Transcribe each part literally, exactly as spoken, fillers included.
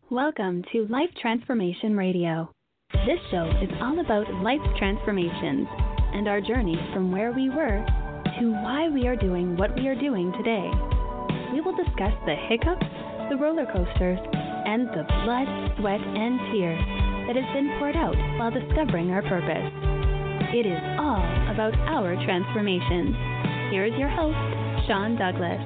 Welcome to Life Transformation Radio. This show is all about life transformations and our journey from where we were to why we are doing what we are doing today. We will discuss the hiccups, the roller coasters, and the blood, sweat, and tears that has been poured out while discovering our purpose. It is all about our transformations. Here is your host, Sean Douglas.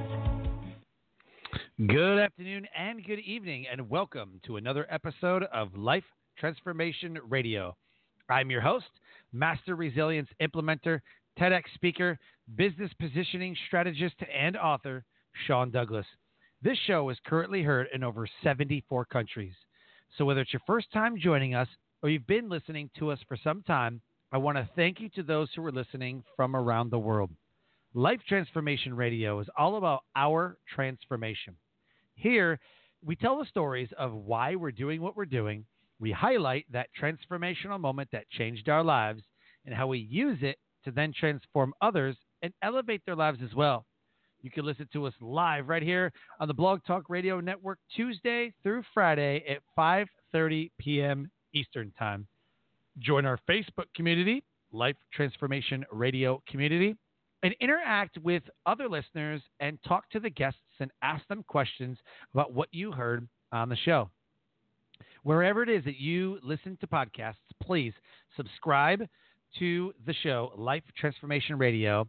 Good afternoon and good evening, and welcome to another episode of Life Transformation Radio. I'm your host, Master Resilience Implementer, TEDx speaker, business positioning strategist, and author, Sean Douglas. This show is currently heard in over seventy-four countries. So whether it's your first time joining us or you've been listening to us for some time, I want to thank you to those who are listening from around the world. Life Transformation Radio is all about our transformation. Here, we tell the stories of why we're doing what we're doing. We highlight that transformational moment that changed our lives and how we use it to then transform others and elevate their lives as well. You can listen to us live right here on the Blog Talk Radio Network Tuesday through Friday at five thirty p.m. Eastern Time. Join our Facebook community, Life Transformation Radio Community, and interact with other listeners and talk to the guests and ask them questions about what you heard on the show. Wherever it is that you listen to podcasts, please subscribe to the show, Life Transformation Radio.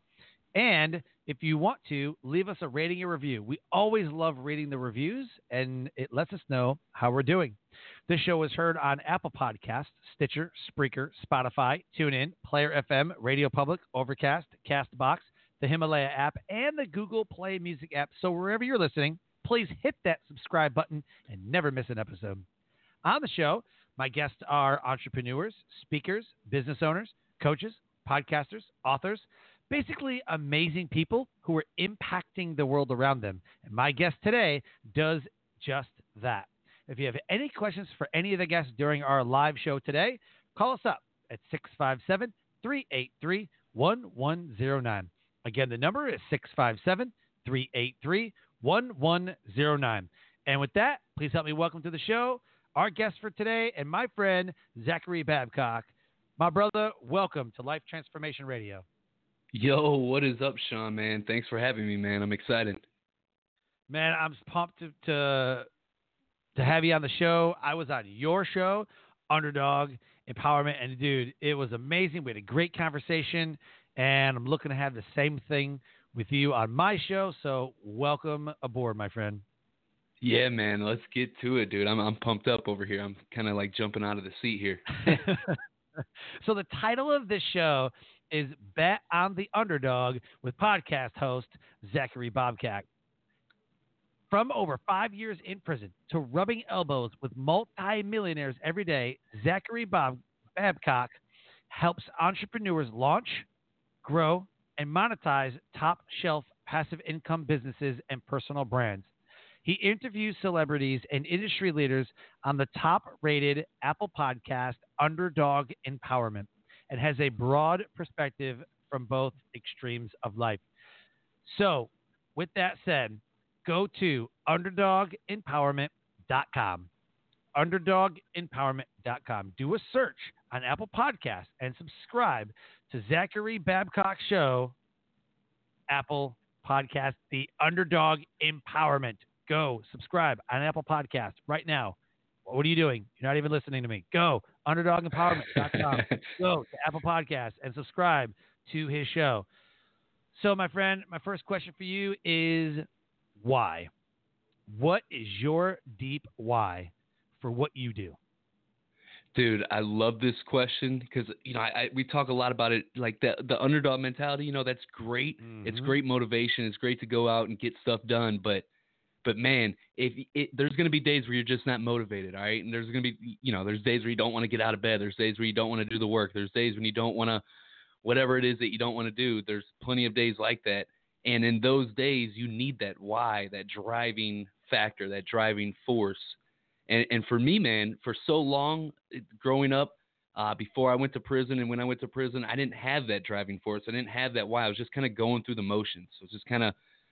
And if you want to, leave us a rating or review. We always love reading the reviews, and it lets us know how we're doing. This show is heard on Apple Podcasts, Stitcher, Spreaker, Spotify, TuneIn, Player F M, Radio Public, Overcast, CastBox, the Himalaya app, and the Google Play Music app. So wherever you're listening, please hit that subscribe button and never miss an episode. On the show, my guests are entrepreneurs, speakers, business owners, coaches, podcasters, authors, basically amazing people who are impacting the world around them. And my guest today does just that. If you have any questions for any of the guests during our live show today, call us up at six five seven, three eight three, one one zero nine. Again, the number is six five seven, three eight three, one one zero nine. And with that, please help me welcome to the show our guest for today and my friend, Zachary Babcock. My brother, welcome to Life Transformation Radio. Yo, what is up, Sean, man? Thanks for having me, man. I'm excited. Man, I'm pumped to, to to have you on the show. I was on your show, Underdog Empowerment, and dude, it was amazing. We had a great conversation, and I'm looking to have the same thing with you on my show. So welcome aboard, my friend. Yeah, man. Let's get to it, dude. I'm I'm pumped up over here. I'm kind of like jumping out of the seat here. So the title of this show is Bet on the Underdog with podcast host Zachary Babcock. From over five years in prison to rubbing elbows with multi-millionaires every day, Zachary Bob Babcock helps entrepreneurs launch, grow, and monetize top-shelf passive income businesses and personal brands. He interviews celebrities and industry leaders on the top-rated Apple podcast Underdog Empowerment and has a broad perspective from both extremes of life. So, with that said, go to underdog empowerment dot com. underdog empowerment dot com. Do a search on Apple Podcasts and subscribe to Zachary Babcock's show, Apple Podcast, The Underdog Empowerment. Go subscribe on Apple Podcasts right now. What are you doing? You're not even listening to me. Go underdog empowerment dot com. Go to Apple Podcasts and subscribe to his show. So, my friend, my first question for you is why? What is your deep why for what you do? Dude, I love this question because, you know, I, I we talk a lot about it, like the the underdog mentality. You know, that's great. Mm-hmm. It's great motivation. It's great to go out and get stuff done. But, but man, if it, there's going to be days where you're just not motivated, all right? And there's going to be, you know, there's days where you don't want to get out of bed. There's days where you don't want to do the work. There's days when you don't want to, whatever it is that you don't want to do. There's plenty of days like that. And in those days, you need that why, that driving factor, that driving force. And, and for me, man, for so long growing up, uh, before I went to prison and when I went to prison, I didn't have that driving force. I didn't have that why. I was just kind of going through the motions. I was just kind of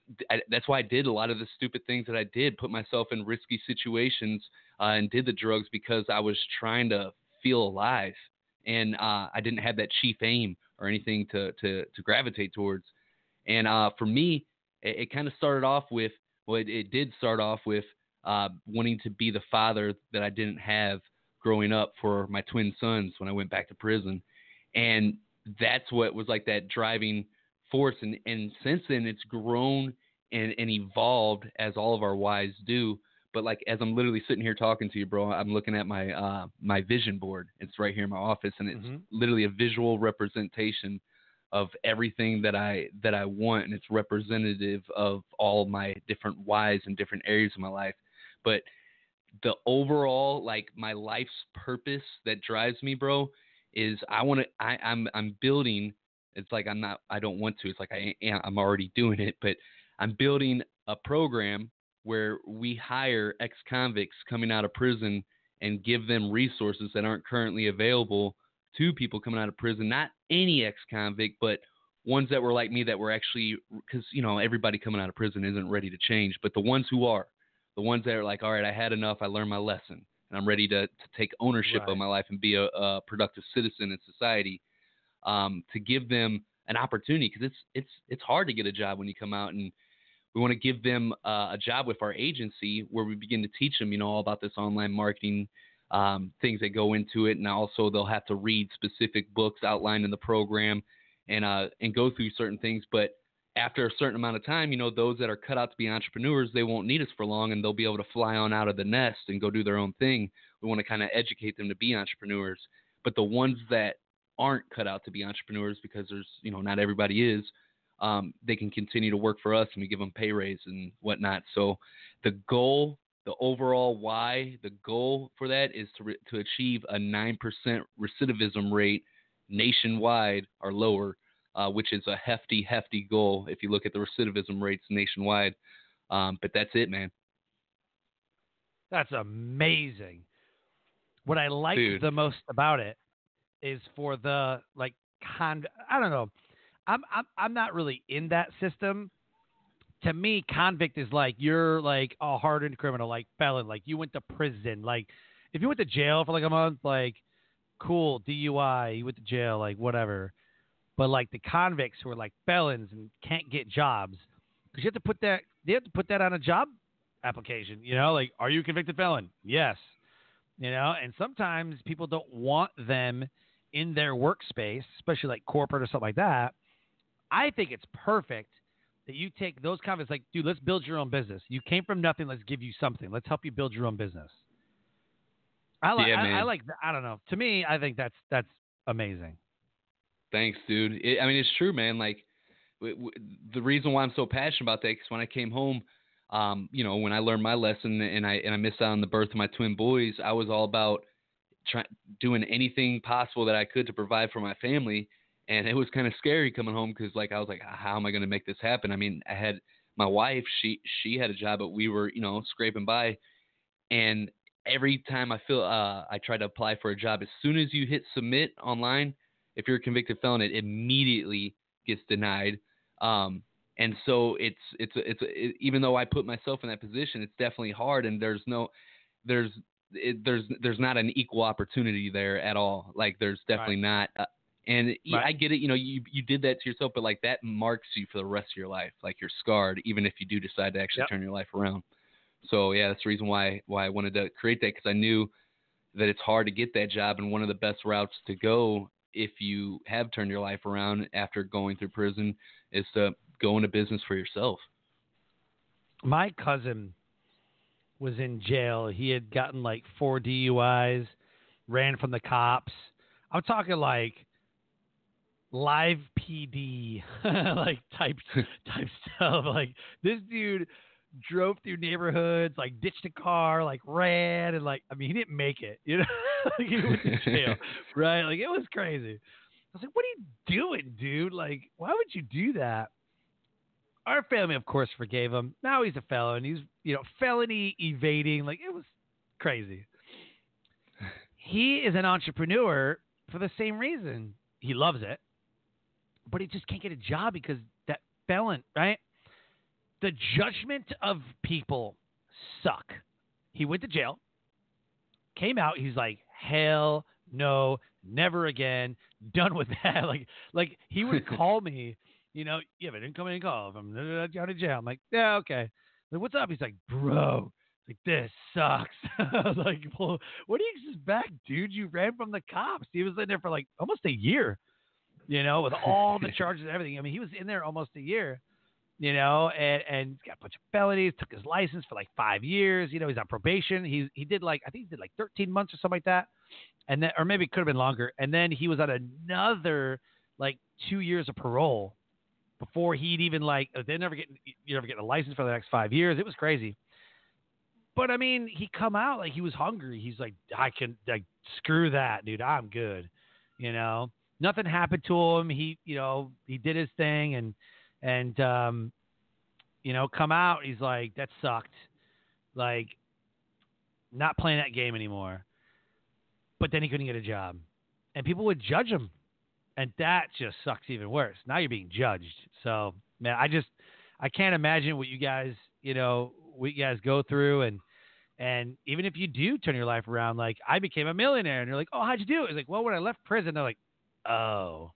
I, that's why I did a lot of the stupid things that I did, put myself in risky situations uh, and did the drugs because I was trying to feel alive. And uh, I didn't have that chief aim or anything to, to, to gravitate towards. And uh, for me, it, it kind of started off with, well, it, it did start off with uh, wanting to be the father that I didn't have growing up for my twin sons when I went back to prison. And that's what was like that driving force. And, and since then, it's grown and, and evolved as all of our whys do. But like as I'm literally sitting here talking to you, bro, I'm looking at my uh, my vision board. It's right here in my office, and it's mm-hmm. literally a visual representation of everything that I that I want, and it's representative of all my different whys in different areas of my life. But the overall, like my life's purpose that drives me, bro, is I want to. I I'm I'm building. It's like I'm not. I don't want to. It's like I am. I'm already doing it, but I'm building a program where we hire ex-convicts coming out of prison and give them resources that aren't currently available to people coming out of prison. Not any ex-convict, but ones that were like me that were actually, because, you know, everybody coming out of prison isn't ready to change, but the ones who are, the ones that are like, all right, I had enough, I learned my lesson, and I'm ready to, to take ownership right. of my life and be a, a productive citizen in society, um, to give them an opportunity, because it's, it's, it's hard to get a job when you come out, and we want to give them uh, a job with our agency where we begin to teach them, you know, all about this online marketing, um, things that go into it. And also they'll have to read specific books outlined in the program and, uh, and go through certain things. But after a certain amount of time, you know, those that are cut out to be entrepreneurs, they won't need us for long, and they'll be able to fly on out of the nest and go do their own thing. We want to kind of educate them to be entrepreneurs. But the ones that aren't cut out to be entrepreneurs, because there's, you know, not everybody is, Um, they can continue to work for us, and we give them pay raise and whatnot. So the goal, the overall why, the goal for that is to re- to achieve a nine percent recidivism rate nationwide or lower, uh, which is a hefty, hefty goal if you look at the recidivism rates nationwide. Um, but that's it, man. That's amazing. What I like Dude. the most about it is for the, like, con- I don't know. I'm I'm I'm not really in that system. To me, convict is like you're like a hardened criminal, like felon, like you went to prison. Like if you went to jail for like a month, like cool, D U I, you went to jail, like whatever. But like the convicts who are like felons and can't get jobs, because you have to put that they have to put that on a job application. You know, like are you a convicted felon? Yes. You know, and sometimes people don't want them in their workspace, especially like corporate or something like that. I think it's perfect that you take those convicts, like, dude, let's build your own business. You came from nothing. Let's give you something. Let's help you build your own business. I like, yeah, I, man. I like, I don't know. To me, I think that's, that's amazing. Thanks, dude. It, I mean, it's true, man. Like w- w- the reason why I'm so passionate about that, because when I came home, um, you know, when I learned my lesson and I, and I missed out on the birth of my twin boys, I was all about trying, doing anything possible that I could to provide for my family. And it was kind of scary coming home because, like, I was like, how am I going to make this happen? I mean, I had my wife, she she had a job, but we were, you know, scraping by. And every time I feel uh, I try to apply for a job, as soon as you hit submit online, if you're a convicted felon, it immediately gets denied. Um, and so it's it's it's it, even though I put myself in that position, it's definitely hard. And there's no there's it, there's there's not an equal opportunity there at all. Like there's definitely right. not. Uh, And right. I get it, you know, you you did that to yourself, but like that marks you for the rest of your life. Like you're scarred, even if you do decide to actually yep. turn your life around. So yeah, that's the reason why why I wanted to create that, because I knew that it's hard to get that job, and one of the best routes to go if you have turned your life around after going through prison is to go into business for yourself. My cousin was in jail. He had gotten like four D U Is, ran from the cops. I'm talking like live P D like type type stuff. Like this dude drove through neighborhoods, like ditched a car, like ran, and like I mean he didn't make it, you know. Like he went to jail, right? Like it was crazy. I was like, "What are you doing, dude? Like, why would you do that?" Our family, of course, forgave him. Now he's a felon. He's you know felony evading. Like it was crazy. He is an entrepreneur for the same reason. He loves it. But he just can't get a job because that felon, right? the judgment of people suck. He went to jail, came out. He's like, hell no, never again. Done with that. like, like he would call me, you know, you have an incoming call from down to jail. I'm like, yeah, okay. Like, what's up? He's like, bro, like this sucks. I was like, well, what do you expect, dude? You ran from the cops. He was in there for like almost a year, you know, with all the charges and everything. I mean, he was in there almost a year, you know, and, and got a bunch of felonies, took his license for like five years. You know, he's on probation. He, he did like, I think he did like thirteen months or something like that. And then, or maybe it could have been longer. And then he was on another like two years of parole before he'd even like, they never get, you never get a license for the next five years. It was crazy. But I mean, he come out like he was hungry. He's like, I can like, screw that, dude. I'm good. You know, nothing happened to him. He, you know, he did his thing and, and, um, you know, come out. He's like, that sucked. Like, not playing that game anymore. But then he couldn't get a job. And people would judge him. And that just sucks even worse. Now you're being judged. So, man, I just, I can't imagine what you guys, you know, what you guys go through. And, and even if you do turn your life around, like, I became a millionaire. And you're like, oh, how'd you do it? It's like, well, when I left prison, they're like, oh,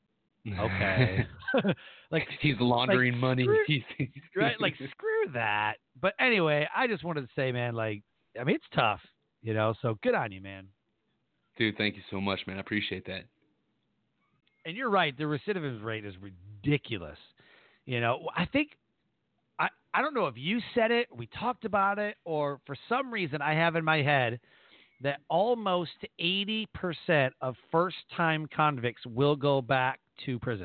okay. Like, he's laundering like, money. Screw, right? Like, screw that. But anyway, I just wanted to say, man, like, I mean, it's tough, you know, so good on you, man. Dude, thank you so much, man. I appreciate that. And you're right. The recidivism rate is ridiculous. You know, I think, I, I don't know if you said it, we talked about it, or for some reason I have in my head that almost eighty percent of first-time convicts will go back to prison.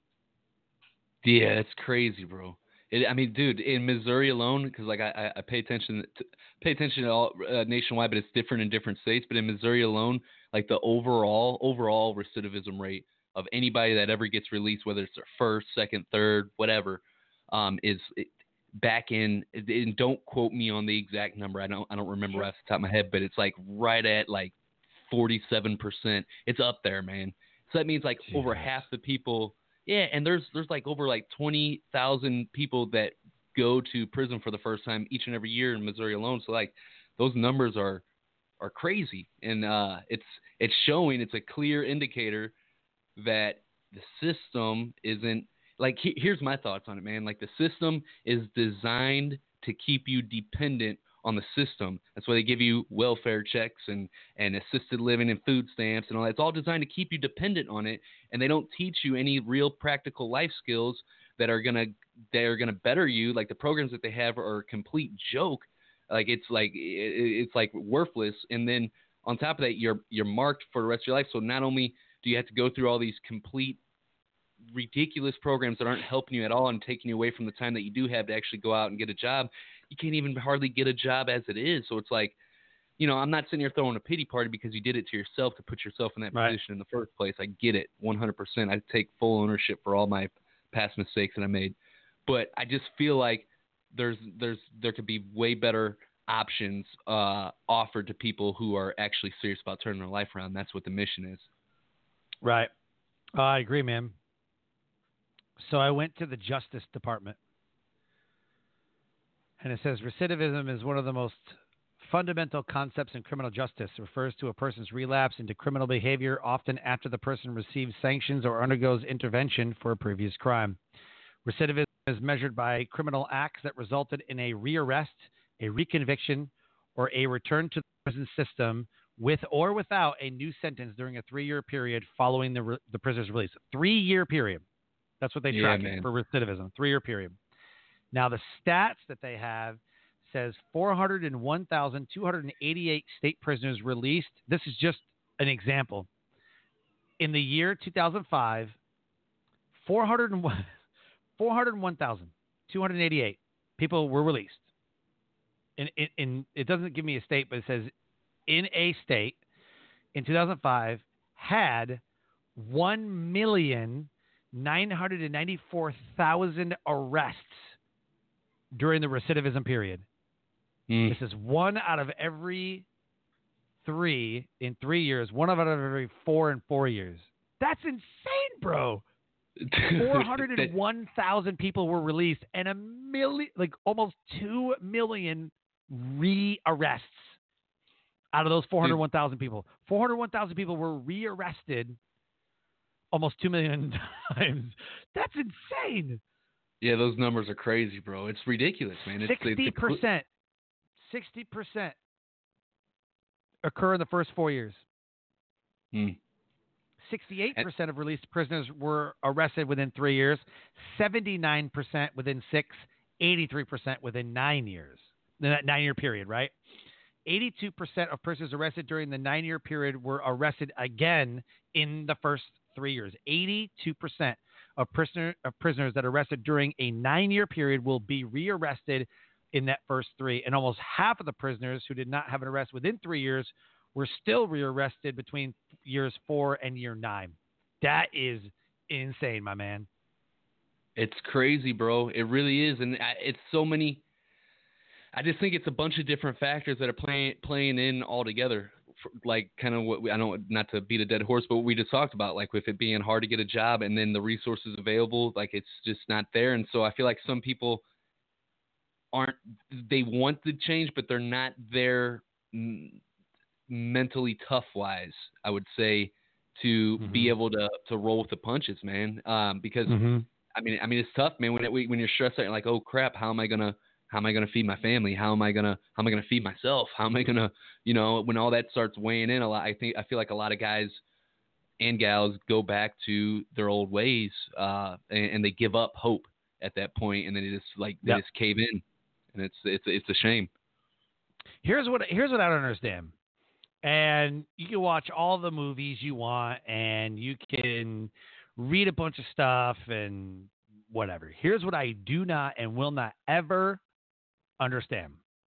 Yeah, it's crazy, bro. It, I mean, dude, in Missouri alone, because like I, I pay attention to, pay attention to all uh, nationwide, but it's different in different states. But in Missouri alone, like the overall overall recidivism rate of anybody that ever gets released, whether it's their first, second, third, whatever, um, is it, back in. And don't quote me on the exact number. I don't I don't remember Sure. off the top of my head, but it's like right at like forty-seven percent. It's up there, man. So that means like Jesus. over half the people. Yeah, and there's there's like over like twenty thousand people that go to prison for the first time each and every year in Missouri alone. So like those numbers are are crazy, and uh, it's it's showing. It's a clear indicator that the system isn't like. He, here's my thoughts on it, man. Like the system is designed to keep you dependent on the system. That's why they give you welfare checks and, and assisted living and food stamps and all that. It's all designed to keep you dependent on it, and they don't teach you any real practical life skills that are gonna that are gonna better you. Like the programs that they have are a complete joke. Like it's like it, it's like worthless. And then on top of that, you're you're marked for the rest of your life. So not only do you have to go through all these complete ridiculous programs that aren't helping you at all and taking you away from the time that you do have to actually go out and get a job, you can't even hardly get a job as it is. So it's like, you know, I'm not sitting here throwing a pity party because you did it to yourself to put yourself in that Right. position in the first place. I get it one hundred percent. I take full ownership for all my past mistakes that I made. But I just feel like there's there's there could be way better options uh, offered to people who are actually serious about turning their life around. That's what the mission is. Right. Uh, I agree, man. So I went to the Justice Department, and it says recidivism is one of the most fundamental concepts in criminal justice. It refers to a person's relapse into criminal behavior, often after the person receives sanctions or undergoes intervention for a previous crime. Recidivism is measured by criminal acts that resulted in a rearrest, a reconviction, or a return to the prison system with or without a new sentence during a three-year period following the, re- the prisoner's release. Three-year period. That's what they Yeah, track man. for recidivism, three-year period. Now, the stats that they have says four hundred one thousand two hundred eighty-eight state prisoners released. This is just an example. In the year two thousand five, four hundred one, four hundred one thousand two hundred eighty-eight people were released. In, in, in, it doesn't give me a state, but it says in a state in two thousand five had one million nine hundred ninety-four thousand arrests during the recidivism period. Mm. This is one out of every three in three years, one out of every four in four years. That's insane, bro. four hundred one thousand people were released, and a million, like almost two million re-arrests out of those four hundred one thousand people. four hundred one thousand people were re-arrested almost two million times. That's insane. Yeah, those numbers are crazy, bro. It's ridiculous, man. It's, sixty percent. It's sixty percent occur in the first four years. Hmm. sixty-eight percent of released prisoners were arrested within three years, seventy-nine percent within six, eighty-three percent within nine years. That nine-year period, right? eighty-two percent of prisoners arrested during the nine-year period were arrested again in the first three years. eighty-two percent of, prisoner, of prisoners that arrested during a nine-year period will be rearrested in that first three. And almost half of the prisoners who did not have an arrest within three years were still rearrested between years four and year nine. That is insane, my man. It's crazy, bro. It really is. And it's so many. I just think it's a bunch of different factors that are playing playing in all together. Like kind of what we, I don't, not to beat a dead horse, but what we just talked about, like with it being hard to get a job and then the resources available, like it's just not there. And so I feel like some people aren't, they want the change, but they're not there mentally tough wise, I would say, to mm-hmm. be able to, to roll with the punches, man. Um, because mm-hmm. I mean, I mean, it's tough, man. When it, when you're stressed out, you're like, oh crap, how am I gonna, how am I gonna feed my family? How am I gonna, how am I gonna feed myself? How am I gonna, you know, when all that starts weighing in a lot, I think, I feel like a lot of guys and gals go back to their old ways, uh, and, and they give up hope at that point, and then they just like they yep. just cave in, and it's it's it's a shame. Here's what here's what I don't understand. And you can watch all the movies you want, and you can read a bunch of stuff and whatever. Here's what I do not and will not ever understand.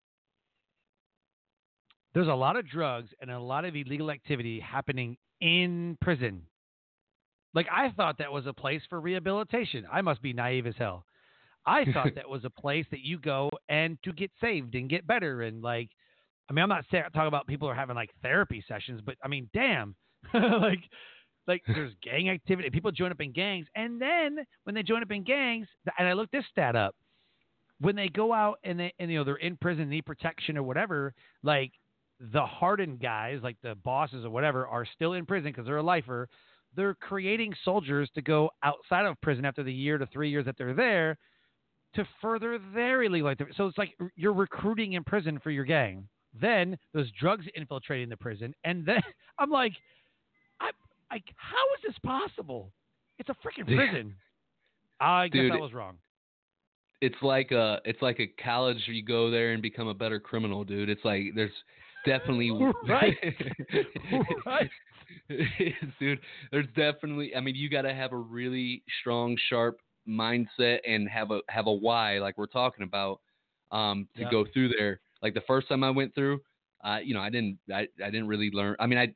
There's a lot of drugs and a lot of illegal activity happening in prison. Like, I thought that was a place for rehabilitation. I must be naive as hell. I thought that was a place that you go and to get saved and get better and like, I mean, I'm not saying, talking about people who are having like therapy sessions, but I mean, damn, like, like there's gang activity. People join up in gangs, and then when they join up in gangs, and I looked this stat up, when they go out and they, and you know, they're in prison, need protection or whatever, like the hardened guys, like the bosses or whatever, are still in prison because they're a lifer. They're creating soldiers to go outside of prison after the year to three years that they're there to further their illegal activity. So it's like you're recruiting in prison for your gang. Then there's drugs infiltrating the prison, and then I'm like, I like, how is this possible? It's a freaking prison. I guess Dude, I was wrong. It's like a, it's like a college where you go there and become a better criminal, dude. It's like there's definitely right, right, dude. There's definitely. I mean, you got to have a really strong, sharp mindset and have a have a why, like we're talking about, um, to yep. go through there. Like the first time I went through, uh, you know, I didn't, I, I didn't really learn. I mean, I,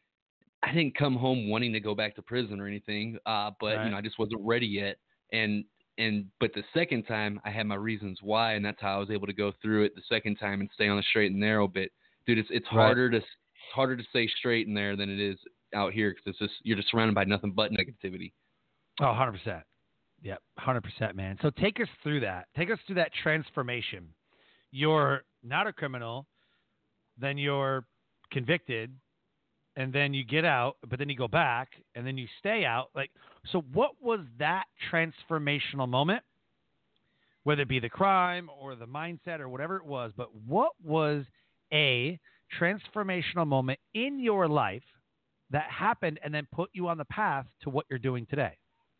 I didn't come home wanting to go back to prison or anything, uh, but right. you know, I just wasn't ready yet. And, and, but the second time I had my reasons why, and that's how I was able to go through it the second time and stay on the straight and narrow. But dude, it's, it's right. harder to, it's harder to stay straight in there than it is out here. Cause it's just, you're just surrounded by nothing but negativity. Oh, one hundred percent. Yep. one hundred percent, man. So take us through that. Take us through that transformation. You're not a criminal, then you're convicted, and then you get out, but then you go back, and then you stay out. Like, so what was that transformational moment? Whether it be the crime or the mindset or whatever it was, but what was a transformational moment in your life that happened and then put you on the path to what you're doing today?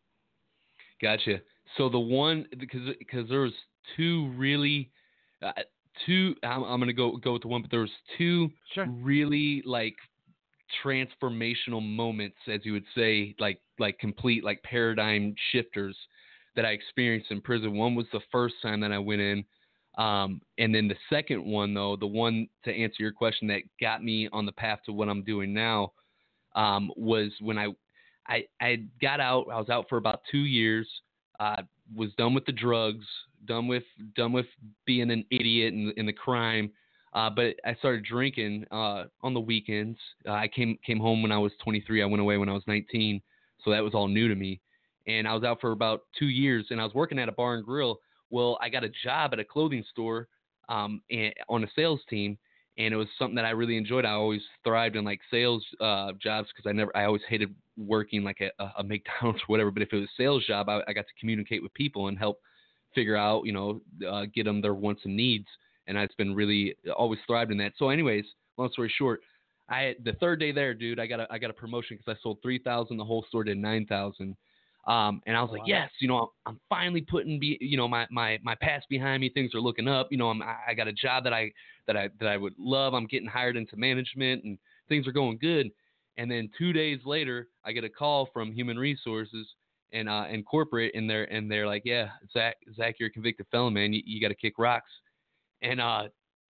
Gotcha. So the one, because because there was two really, uh, two. I'm, I'm gonna go go with the one, but there was two sure. really like transformational moments, as you would say, like like complete like paradigm shifters that I experienced in prison. One was the first time that I went in, um, and then the second one, though, the one to answer your question that got me on the path to what I'm doing now, um, was when I. I, I got out. I was out for about two years. Uh, was done with the drugs, done with done with being an idiot and, and the crime. Uh, but I started drinking uh, on the weekends. Uh, I came came home when I was twenty-three. I went away when I was nineteen, so that was all new to me. and I was out for about two years, and I was working at a bar and grill. Well, I got a job at a clothing store um, and, on a sales team, and it was something that I really enjoyed. I always thrived in like sales uh, jobs because I never, I always hated working like a, a McDonald's or whatever. But if it was a sales job, I, I got to communicate with people and help figure out, you know, uh, get them their wants and needs. And I've been really always thrived in that. So anyways, long story short, I had, the third day there, dude, I got a, I got a promotion because I sold three thousand. The whole store did nine thousand. Um, and I was oh, like, wow. yes, you know, I'm, I'm finally putting, be, you know, my, my, my past behind me. Things are looking up. You know, I'm, I got a job that I, that I, that I would love. I'm getting hired into management and things are going good. And then two days later, I get a call from Human Resources and, uh, and corporate, and they're, and they're like, yeah, Zach, Zach, you're a convicted felon, man. You, you got to kick rocks. And, uh,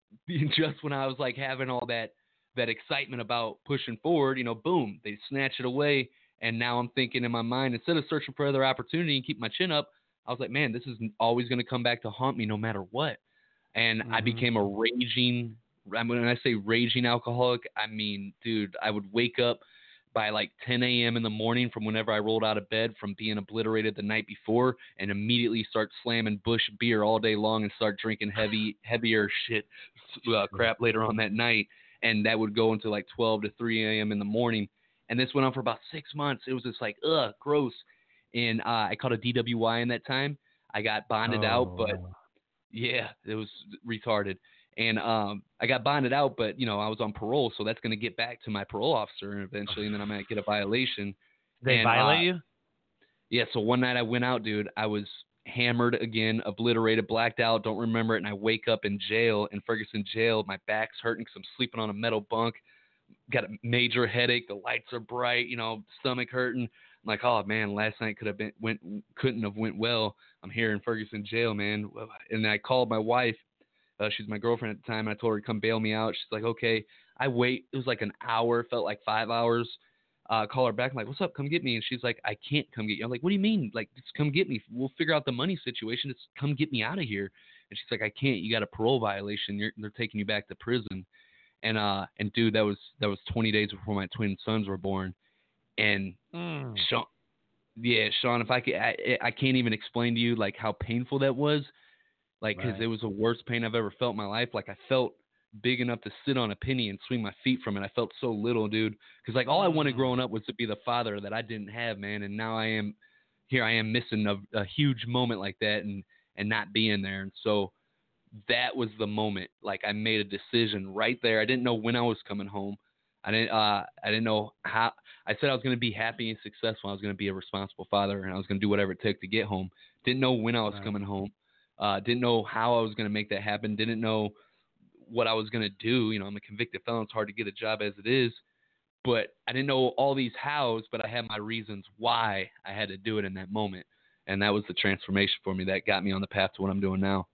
just when I was like having all that, that excitement about pushing forward, you know, boom, they snatch it away. And now I'm thinking in my mind, instead of searching for other opportunity and keep my chin up, I was like, man, this is always going to come back to haunt me no matter what. And mm-hmm. I became a raging, I mean, when I say raging alcoholic, I mean, dude, I would wake up by like ten a.m. in the morning from whenever I rolled out of bed from being obliterated the night before, and immediately start slamming Busch beer all day long and start drinking heavy, heavier shit, uh, crap later on that night. And that would go until like twelve to three a.m. in the morning. And this went on for about six months. It was just like, ugh, gross. And uh, I caught a D W I in that time. I got bonded oh. out, but yeah, it was retarded. And um, I got bonded out, but, you know, I was on parole. So that's going to get back to my parole officer eventually. And then I might get a violation. They and, violate uh, you? Yeah. So one night I went out, dude. I was hammered again, obliterated, blacked out, don't remember it. And I wake up in jail, in Ferguson jail. My back's hurting because I'm sleeping on a metal bunk. Got a major headache. The lights are bright, you know, stomach hurting. I'm like, oh man, last night could have been, went, couldn't have went well. I'm here in Ferguson jail, man. And I called my wife. Uh, she's my girlfriend at the time. And I told her to come bail me out. She's like, okay. I wait. It was like an hour, felt like five hours. Uh, call her back. I'm like, what's up? Come get me. And she's like, I can't come get you. I'm like, what do you mean? Like, just come get me. We'll figure out the money situation. Just come get me out of here. And she's like, I can't. You got a parole violation. You're, they're taking you back to prison. And, uh, and dude, that was, that was twenty days before my twin sons were born. And mm. Sean, yeah, Sean, if I could, I, I can't even explain to you like how painful that was. Like, right. cause it was the worst pain I've ever felt in my life. Like I felt big enough to sit on a penny and swing my feet from it. I felt so little, dude. Cause like all I wanted growing up was to be the father that I didn't have, man. And now I am here. I am missing a, a huge moment like that and, and not being there. And so, that was the moment. Like I made a decision right there. I didn't know when I was coming home. I didn't. Uh, I didn't know how. I said I was going to be happy and successful. I was going to be a responsible father, and I was going to do whatever it took to get home. Didn't know when I was right. coming home. Uh, didn't know how I was going to make that happen. Didn't know what I was going to do. You know, I'm a convicted felon. It's hard to get a job as it is. But I didn't know all these hows. But I had my reasons why I had to do it in that moment, and that was the transformation for me that got me on the path to what I'm doing now.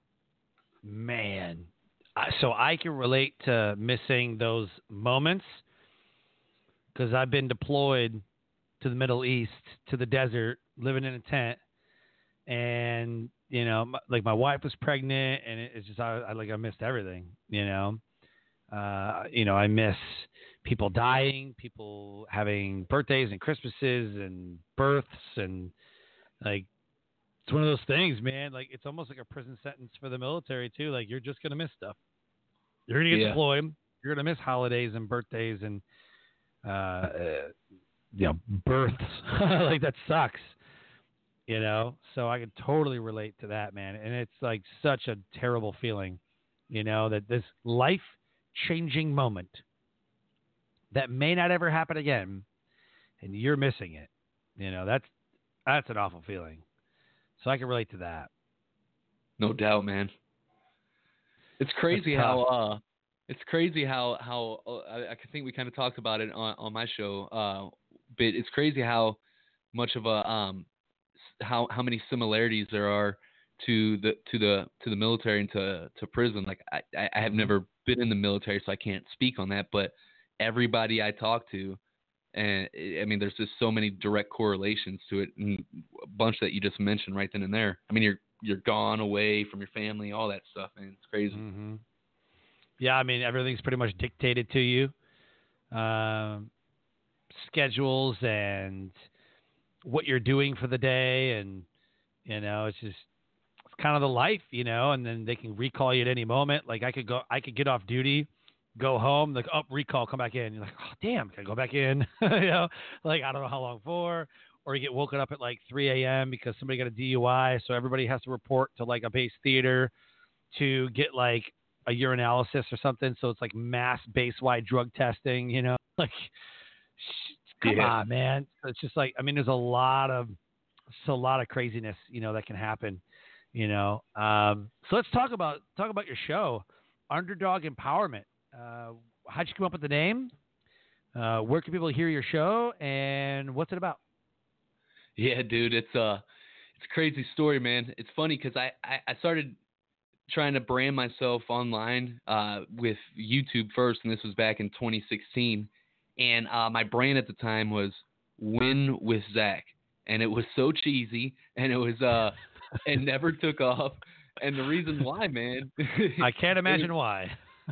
Man, so I can relate to missing those moments because I've been deployed to the Middle East, to the desert, living in a tent, and you know, my, like my wife was pregnant, and it, it's just I, I like I missed everything. You know, uh, you know, I miss people dying, people having birthdays and Christmases and births, and like. It's one of those things, man. Like it's almost like a prison sentence for the military too. Like you're just gonna miss stuff. You're gonna get yeah. deployed. You're gonna miss holidays and birthdays and uh, uh you know births. Like that sucks. You know. So I can totally relate to that, man. And it's like such a terrible feeling, you know, that this life-changing moment that may not ever happen again, and you're missing it. You know, that's that's an awful feeling. So I can relate to that. No doubt, man. It's crazy how uh, it's crazy how how uh, I, I think we kind of talked about it on, on my show. Uh, but it's crazy how much of a um how how many similarities there are to the to the to the military and to to prison. Like I I have never been in the military, so I can't speak on that. But everybody I talk to. And I mean, there's just so many direct correlations to it, and a bunch that you just mentioned right then and there. I mean, you're you're gone away from your family, all that stuff, man. It's crazy. Mm-hmm. Yeah, I mean, everything's pretty much dictated to you. Um, schedules and what you're doing for the day, and you know, it's just it's kind of the life, you know. And then they can recall you at any moment. Like I could go, I could get off duty, go home, like up, oh, recall, come back in. You're like, oh damn, can I go back in? You know, like I don't know how long for. Or you get woken up at like three a.m. because somebody got a D U I, so everybody has to report to like a base theater to get like a urinalysis or something. So it's like mass base-wide drug testing, you know, like, come yeah. on, man. It's just like, I mean, there's a lot of, it's a lot of craziness, you know, that can happen, you know? Um, so let's talk about, talk about your show, Underdog Empowerment. Uh, how'd you come up with the name? Uh, where can people hear your show, and what's it about? Yeah, dude, it's a, it's a crazy story, man. It's funny because I, I, I started trying to brand myself online uh, with YouTube first, and this was back in twenty sixteen. And uh, my brand at the time was Win with Zach, and it was so cheesy, and it was uh, it never took off. And the reason why, man, I can't imagine was, why.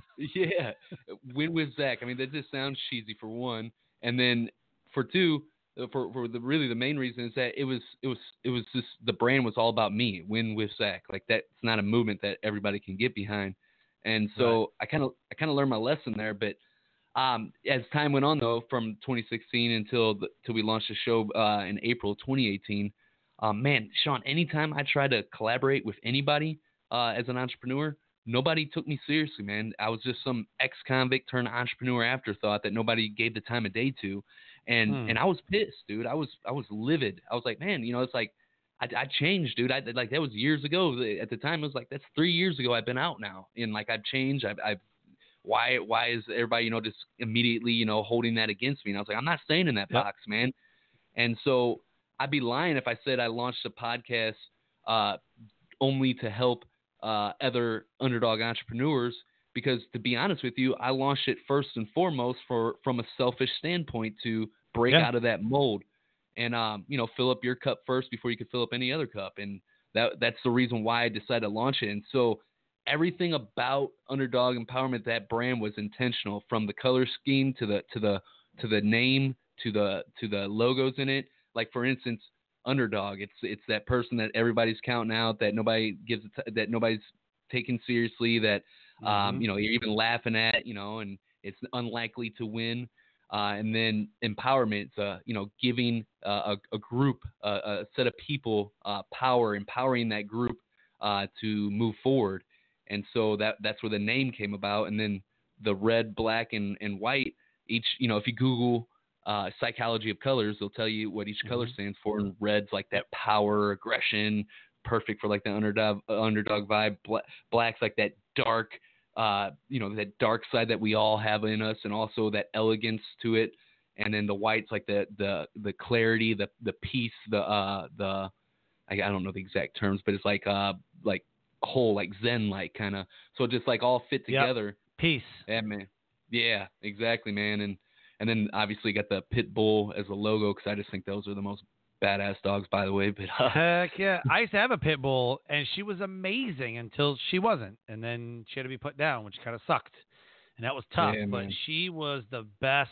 Yeah, Win with Zach. I mean, that just sounds cheesy for one, and then for two. For for the really the main reason is that it was it was it was just the brand was all about me. Win with Zach. Like that's not a movement that everybody can get behind, and so right. I kind of I kind of learned my lesson there. But um, as time went on though, from twenty sixteen until the, till we launched the show uh, in April twenty eighteen, um, man, Sean, anytime I tried to collaborate with anybody uh, as an entrepreneur, nobody took me seriously, man. I was just some ex-convict turned entrepreneur afterthought that nobody gave the time of day to. And hmm. and I was pissed, dude. I was I was livid. I was like, man, you know, it's like I, I changed, dude. I like that was years ago. At the time, it was like that's three years ago. I've been out now, and like I've changed. I've, I've why why is everybody you know just immediately you know holding that against me? And I was like, I'm not staying in that yep. box, man. And so I'd be lying if I said I launched a podcast uh, only to help uh, other underdog entrepreneurs. Because to be honest with you, I launched it first and foremost for from a selfish standpoint to break yeah. out of that mold and, um, you know, fill up your cup first before you could fill up any other cup. And that that's the reason why I decided to launch it. And so everything about Underdog Empowerment, that brand was intentional, from the color scheme to the to the to the name to the to the logos in it. Like for instance, Underdog, it's it's that person that everybody's counting out, that nobody gives that nobody's taken seriously, that Um, mm-hmm. you know, you're even laughing at, you know, and it's unlikely to win. Uh, and then empowerment, uh, you know, giving uh, a, a group, uh, a set of people uh, power, empowering that group uh, to move forward. And so that that's where the name came about. And then the red, black, and, and white, each, you know, if you Google uh, psychology of colors, they'll tell you what each mm-hmm. color stands for. And red's like that power, aggression, perfect for like the underdog, underdog vibe. Bla- black's like that dark, Uh, you know, that dark side that we all have in us, and also that elegance to it. And then the white's like the the the clarity, the the peace, the uh the I, I don't know the exact terms, but it's like uh like whole, like Zen like kind of. So just like all fit together. Yep. Peace. Yeah, man. Yeah, exactly, man. And and then obviously got the pit bull as a logo, because I just think those are the most badass dogs, by the way. But uh, heck yeah, I used to have a pit bull, and she was amazing until she wasn't, and then she had to be put down, which kind of sucked, and that was tough. Yeah, but she was the best.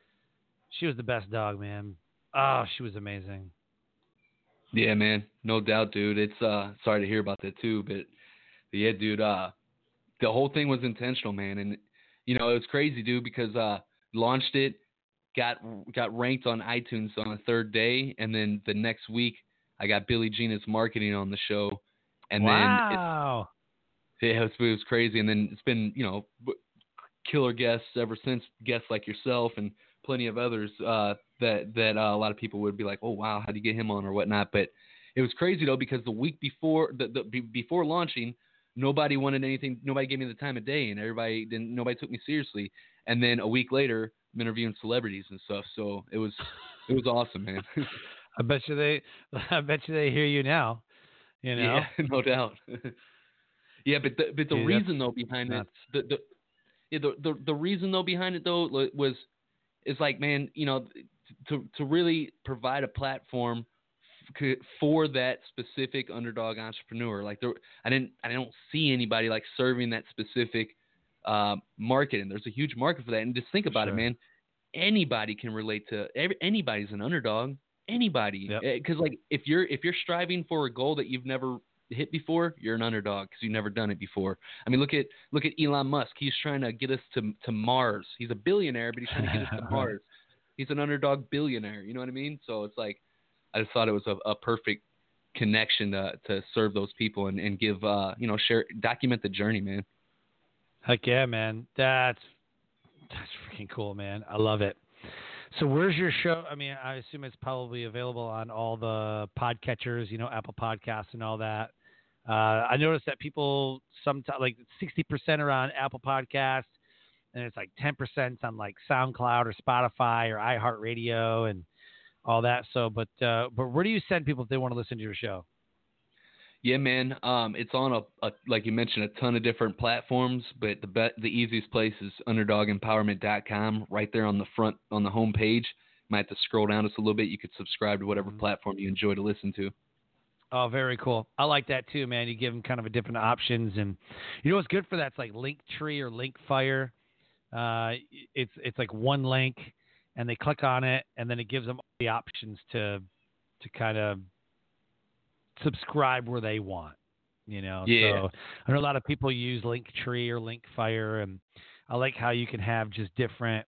She was the best dog, man. Oh, she was amazing. Yeah, man, no doubt, dude. It's uh, sorry to hear about that too, but, but yeah, dude. Uh, the whole thing was intentional, man, and you know it was crazy, dude, because uh, launched it. Got got ranked on iTunes on the third day, and then the next week I got Billie Jean as marketing on the show, and wow. then it, it, was, it was crazy. And then it's been you know killer guests ever since, guests like yourself and plenty of others uh, that that uh, a lot of people would be like, oh wow, how do you get him on or whatnot? But it was crazy though, because the week before the, the before launching, nobody wanted anything, nobody gave me the time of day, and everybody didn't, nobody took me seriously. And then a week later, I'm interviewing celebrities and stuff. So it was, it was awesome, man. I bet you they, I bet you they hear you now. You know, yeah, no doubt. yeah, but the, but the Dude, reason though behind nuts. it, the the, yeah, the the the reason though behind it though was, is like, man, you know, to to really provide a platform for that specific underdog entrepreneur. Like there, I didn't, I don't see anybody like serving that specific uh, market, and there's a huge market for that. And just think about sure. it, man. Anybody can relate to. Every, anybody's an underdog. Anybody. Yep. Because like if you're if you're striving for a goal that you've never hit before, you're an underdog because you've never done it before. I mean, look at look at Elon Musk. He's trying to get us to to Mars. He's a billionaire, but he's trying to get us to Mars. Right. He's an underdog billionaire. You know what I mean? So it's like I just thought it was a, a perfect connection to to serve those people and, and give uh you know share document the journey, man. Heck yeah, man. That's that's freaking cool, man. I love it. So where's your show? I mean, I assume it's probably available on all the podcatchers, you know, Apple Podcasts and all that. Uh, I noticed that people sometimes, like sixty percent are on Apple Podcasts, and it's like ten percent on like SoundCloud or Spotify or iHeartRadio and all that. So, but uh, but where do you send people if they want to listen to your show? Yeah, man. Um, it's on a, a like you mentioned, a ton of different platforms, but the be- the easiest place is underdog empowerment dot com. Right there on the front on the home page. Might have to scroll down just a little bit. You could subscribe to whatever mm-hmm. platform you enjoy to listen to. Oh, very cool. I like that too, man. You give them kind of a different options, and you know what's good for that? It's like Linktree or Linkfire. Uh, it's it's like one link, and they click on it, and then it gives them the options to to kind of subscribe where they want, you know. Yeah. So I know a lot of people use Linktree or Linkfire, and I like how you can have just different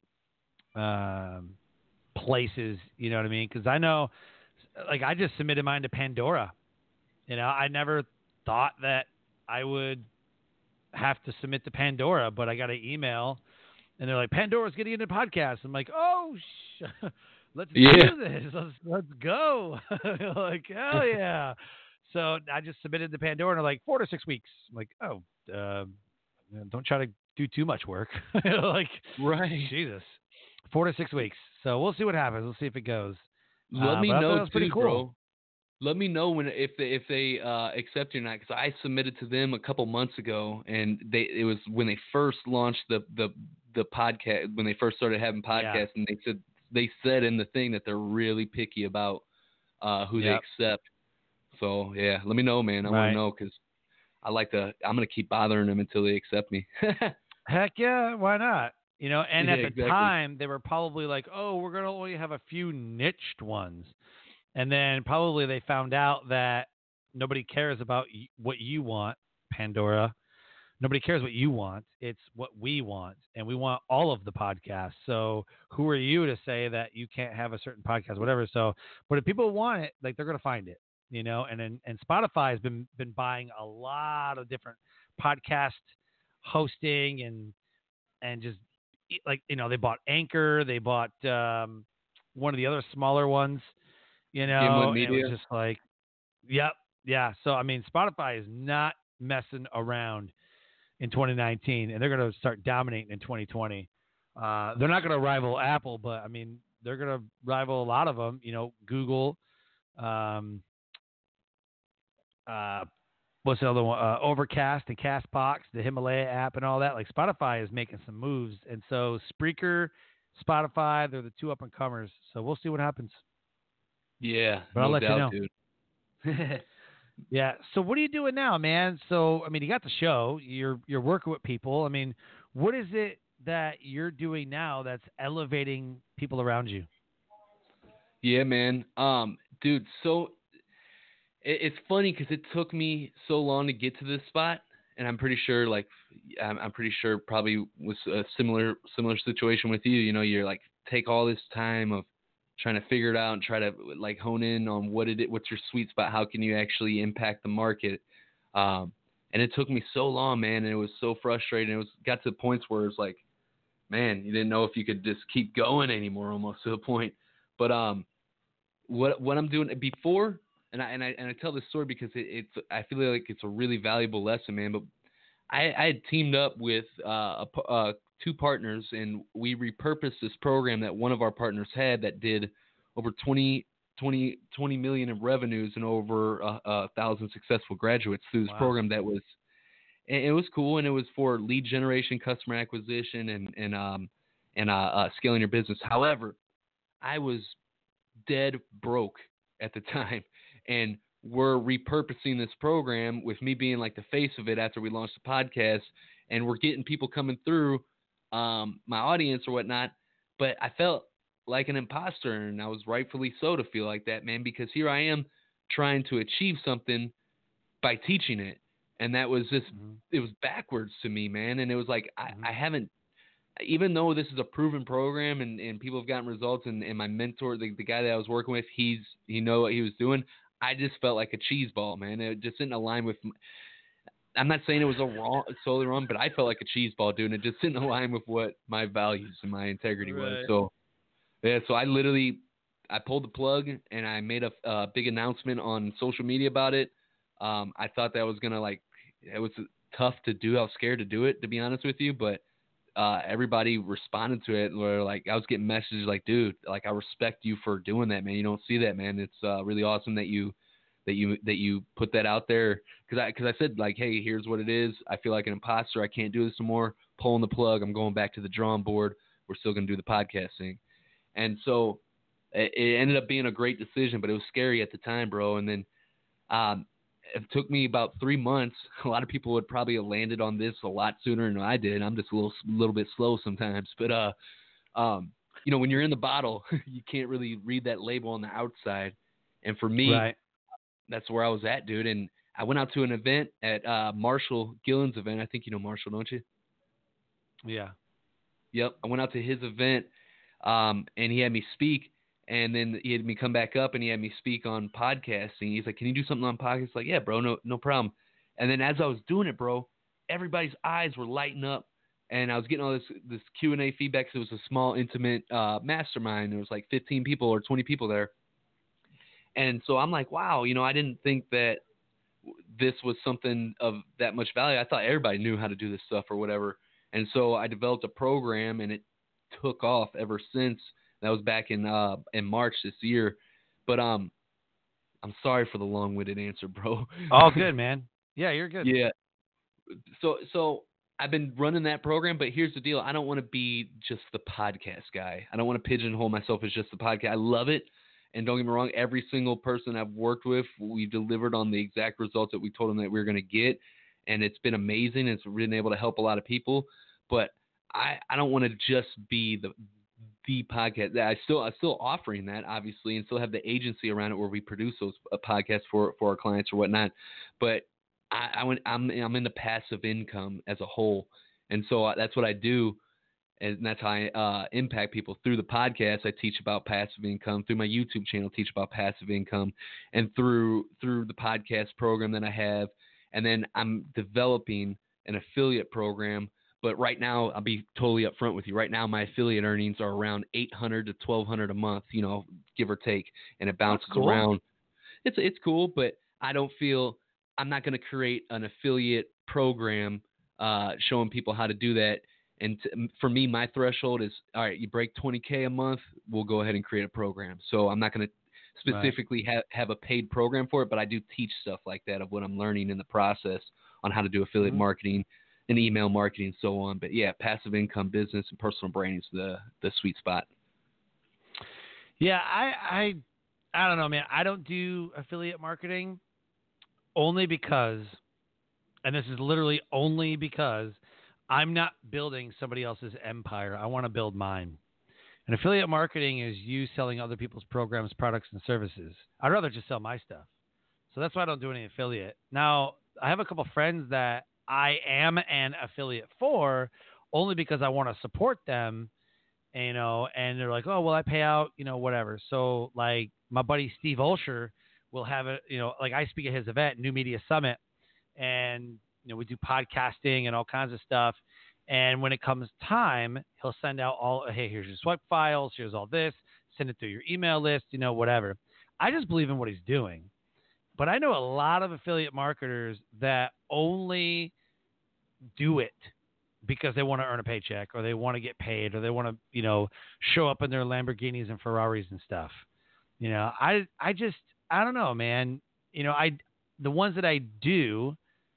um, places, you know what I mean? Because I know, like, I just submitted mine to Pandora. You know, I never thought that I would have to submit to Pandora, but I got an email, and they're like, Pandora's getting into podcasts. I'm like, oh, sh- let's yeah. do this. Let's, let's go. Like, hell yeah. So I just submitted to Pandora, and they're like, four to six weeks. I'm like, oh, uh, don't try to do too much work. Like, right. Jesus. Four to six weeks. So we'll see what happens. We'll see if it goes. Let uh, me know, that was pretty too, cool. bro. Let me know when if they if they uh, accept you or not, because I submitted to them a couple months ago, and they it was when they first launched the the the podcast, when they first started having podcasts, yeah. and they said they said in the thing that they're really picky about uh, who yep. they accept. So yeah, let me know, man. I right. want to know because I like to. I'm gonna keep bothering them until they accept me. Heck yeah, why not? You know, and yeah, at the exactly. time they were probably like, oh, we're gonna only have a few niched ones. And then probably they found out that nobody cares about what you want, Pandora. Nobody cares what you want. It's what we want. And we want all of the podcasts. So who are you to say that you can't have a certain podcast, whatever? So, but if people want it, like, they're going to find it, you know? And then, and Spotify has been, been buying a lot of different podcast hosting and, and just like, you know, they bought Anchor. They bought um, one of the other smaller ones. You know, it was just like, yep, yeah. So, I mean, Spotify is not messing around in twenty nineteen, and they're going to start dominating in twenty twenty. Uh, they're not going to rival Apple, but, I mean, they're going to rival a lot of them. You know, Google, um, uh, what's the other one? Uh, Overcast and CastBox, the Himalaya app and all that. Like, Spotify is making some moves. And so Spreaker, Spotify, they're the two up-and-comers. So we'll see what happens. Yeah, but no I'll let doubt, you know. Dude. Yeah. So what are you doing now, man? So, I mean, you got the show. You're you're working with people. I mean, what is it that you're doing now that's elevating people around you? Yeah, man. Um, dude, so it, it's funny because it took me so long to get to this spot, and I'm pretty sure, like, I'm, I'm pretty sure probably was a similar similar situation with you. You know, you're like, take all this time of trying to figure it out and try to like hone in on what it what's your sweet spot, how can you actually impact the market, um, and it took me so long, man, and it was so frustrating. It was got to points where it's like, man, you didn't know if you could just keep going anymore, almost to the point. But um, what what I'm doing before, and I and I and I tell this story because it, it's I feel like it's a really valuable lesson, man. But I, I had teamed up with uh, a, uh, two partners, and we repurposed this program that one of our partners had that did over twenty, twenty, twenty million in revenues and over a, a thousand successful graduates through this wow. program. That was, and it was cool, and it was for lead generation, customer acquisition, and and um and uh, uh, scaling your business. However, I was dead broke at the time, and we're repurposing this program with me being like the face of it after we launched the podcast, and we're getting people coming through um, my audience or whatnot. But I felt like an imposter, and I was rightfully so to feel like that, man, because here I am trying to achieve something by teaching it. And that was just, mm-hmm. it was backwards to me, man. And it was like, mm-hmm. I, I haven't, even though this is a proven program and, and people have gotten results, and, and my mentor, the, the guy that I was working with, he's, he know what he was doing. I just felt like a cheese ball, man. It just didn't align with, I'm not saying it was a wrong, solely wrong, but I felt like a cheese ball, dude. And it just didn't align with what my values and my integrity right. was. So, yeah, so I literally, I pulled the plug and I made a, a big announcement on social media about it. Um, I thought that was going to like, it was tough to do. I was scared to do it, to be honest with you, but uh, everybody responded to it. Where like, I was getting messages like, dude, like, I respect you for doing that, man. You don't see that, man. It's uh, really awesome that you, that you, that you put that out there. Cause I, cause I said like, hey, here's what it is. I feel like an imposter. I can't do this anymore. Pulling the plug. I'm going back to the drawing board. We're still going to do the podcasting. And so it, it ended up being a great decision, but it was scary at the time, bro. And then, um, it took me about three months. A lot of people would probably have landed on this a lot sooner than I did. I'm just a little, little bit slow sometimes. But, uh, um, you know, when you're in the bottle, you can't really read that label on the outside. And for me, right. that's where I was at, dude. And I went out to an event at uh, Marshall Gillen's event. I think you know Marshall, don't you? Yeah. Yep. I went out to his event, um, and he had me speak. And then he had me come back up and he had me speak on podcasting. He's like, can you do something on podcasts? Like, yeah, bro, no, no problem. And then as I was doing it, bro, everybody's eyes were lighting up and I was getting all this, this Q and A feedback. So it was a small, intimate uh, mastermind. There was like fifteen people or twenty people there. And so I'm like, wow, you know, I didn't think that this was something of that much value. I thought everybody knew how to do this stuff or whatever. And so I developed a program and it took off ever since. That was back in uh, in March this year. But um, I'm sorry for the long-winded answer, bro. All good, man. Yeah, you're good. Yeah. So so I've been running that program, but here's the deal. I don't want to be just the podcast guy. I don't want to pigeonhole myself as just the podcast. I love it. And don't get me wrong, every single person I've worked with, we delivered on the exact results that we told them that we were going to get. And it's been amazing. It's been able to help a lot of people. But I, I don't want to just be the the podcast. I still I'm still offering that, obviously, and still have the agency around it where we produce those uh, podcasts for, for our clients or whatnot. But I, I went, I'm I'm into passive income as a whole, and so that's what I do, and that's how I uh, impact people through the podcast. I teach about passive income through my YouTube channel. Teach about passive income, and through through the podcast program that I have, and then I'm developing an affiliate program. But right now, I'll be totally upfront with you. Right now, my affiliate earnings are around eight hundred to twelve hundred a month, you know, give or take, and it bounces cool. around. It's it's cool, but I don't feel I'm not going to create an affiliate program uh, showing people how to do that. And t- for me, my threshold is, all right, you break twenty K a month, we'll go ahead and create a program. So I'm not going to specifically right. have, have a paid program for it, but I do teach stuff like that of what I'm learning in the process on how to do affiliate mm-hmm. marketing and email marketing and so on. But yeah, passive income business and personal branding is the, the sweet spot. Yeah. I, I, I don't know, man. I don't do affiliate marketing only because, and this is literally only because I'm not building somebody else's empire. I want to build mine. And affiliate marketing is you selling other people's programs, products, and services. I'd rather just sell my stuff. So that's why I don't do any affiliate. Now, I have a couple friends that I am an affiliate for only because I want to support them, you know, and they're like, oh, well, I pay out, you know, whatever. So like my buddy Steve Olsher will have a, you know, like I speak at his event, New Media Summit, and, you know, we do podcasting and all kinds of stuff. And when it comes time, he'll send out all, hey, here's your swipe files. Here's all this, send it through your email list, you know, whatever. I just believe in what he's doing. But I know a lot of affiliate marketers that only do it because they want to earn a paycheck or they want to get paid or they want to, you know, show up in their Lamborghinis and Ferraris and stuff. You know, I, I just, I don't know, man. You know, I, the ones that I do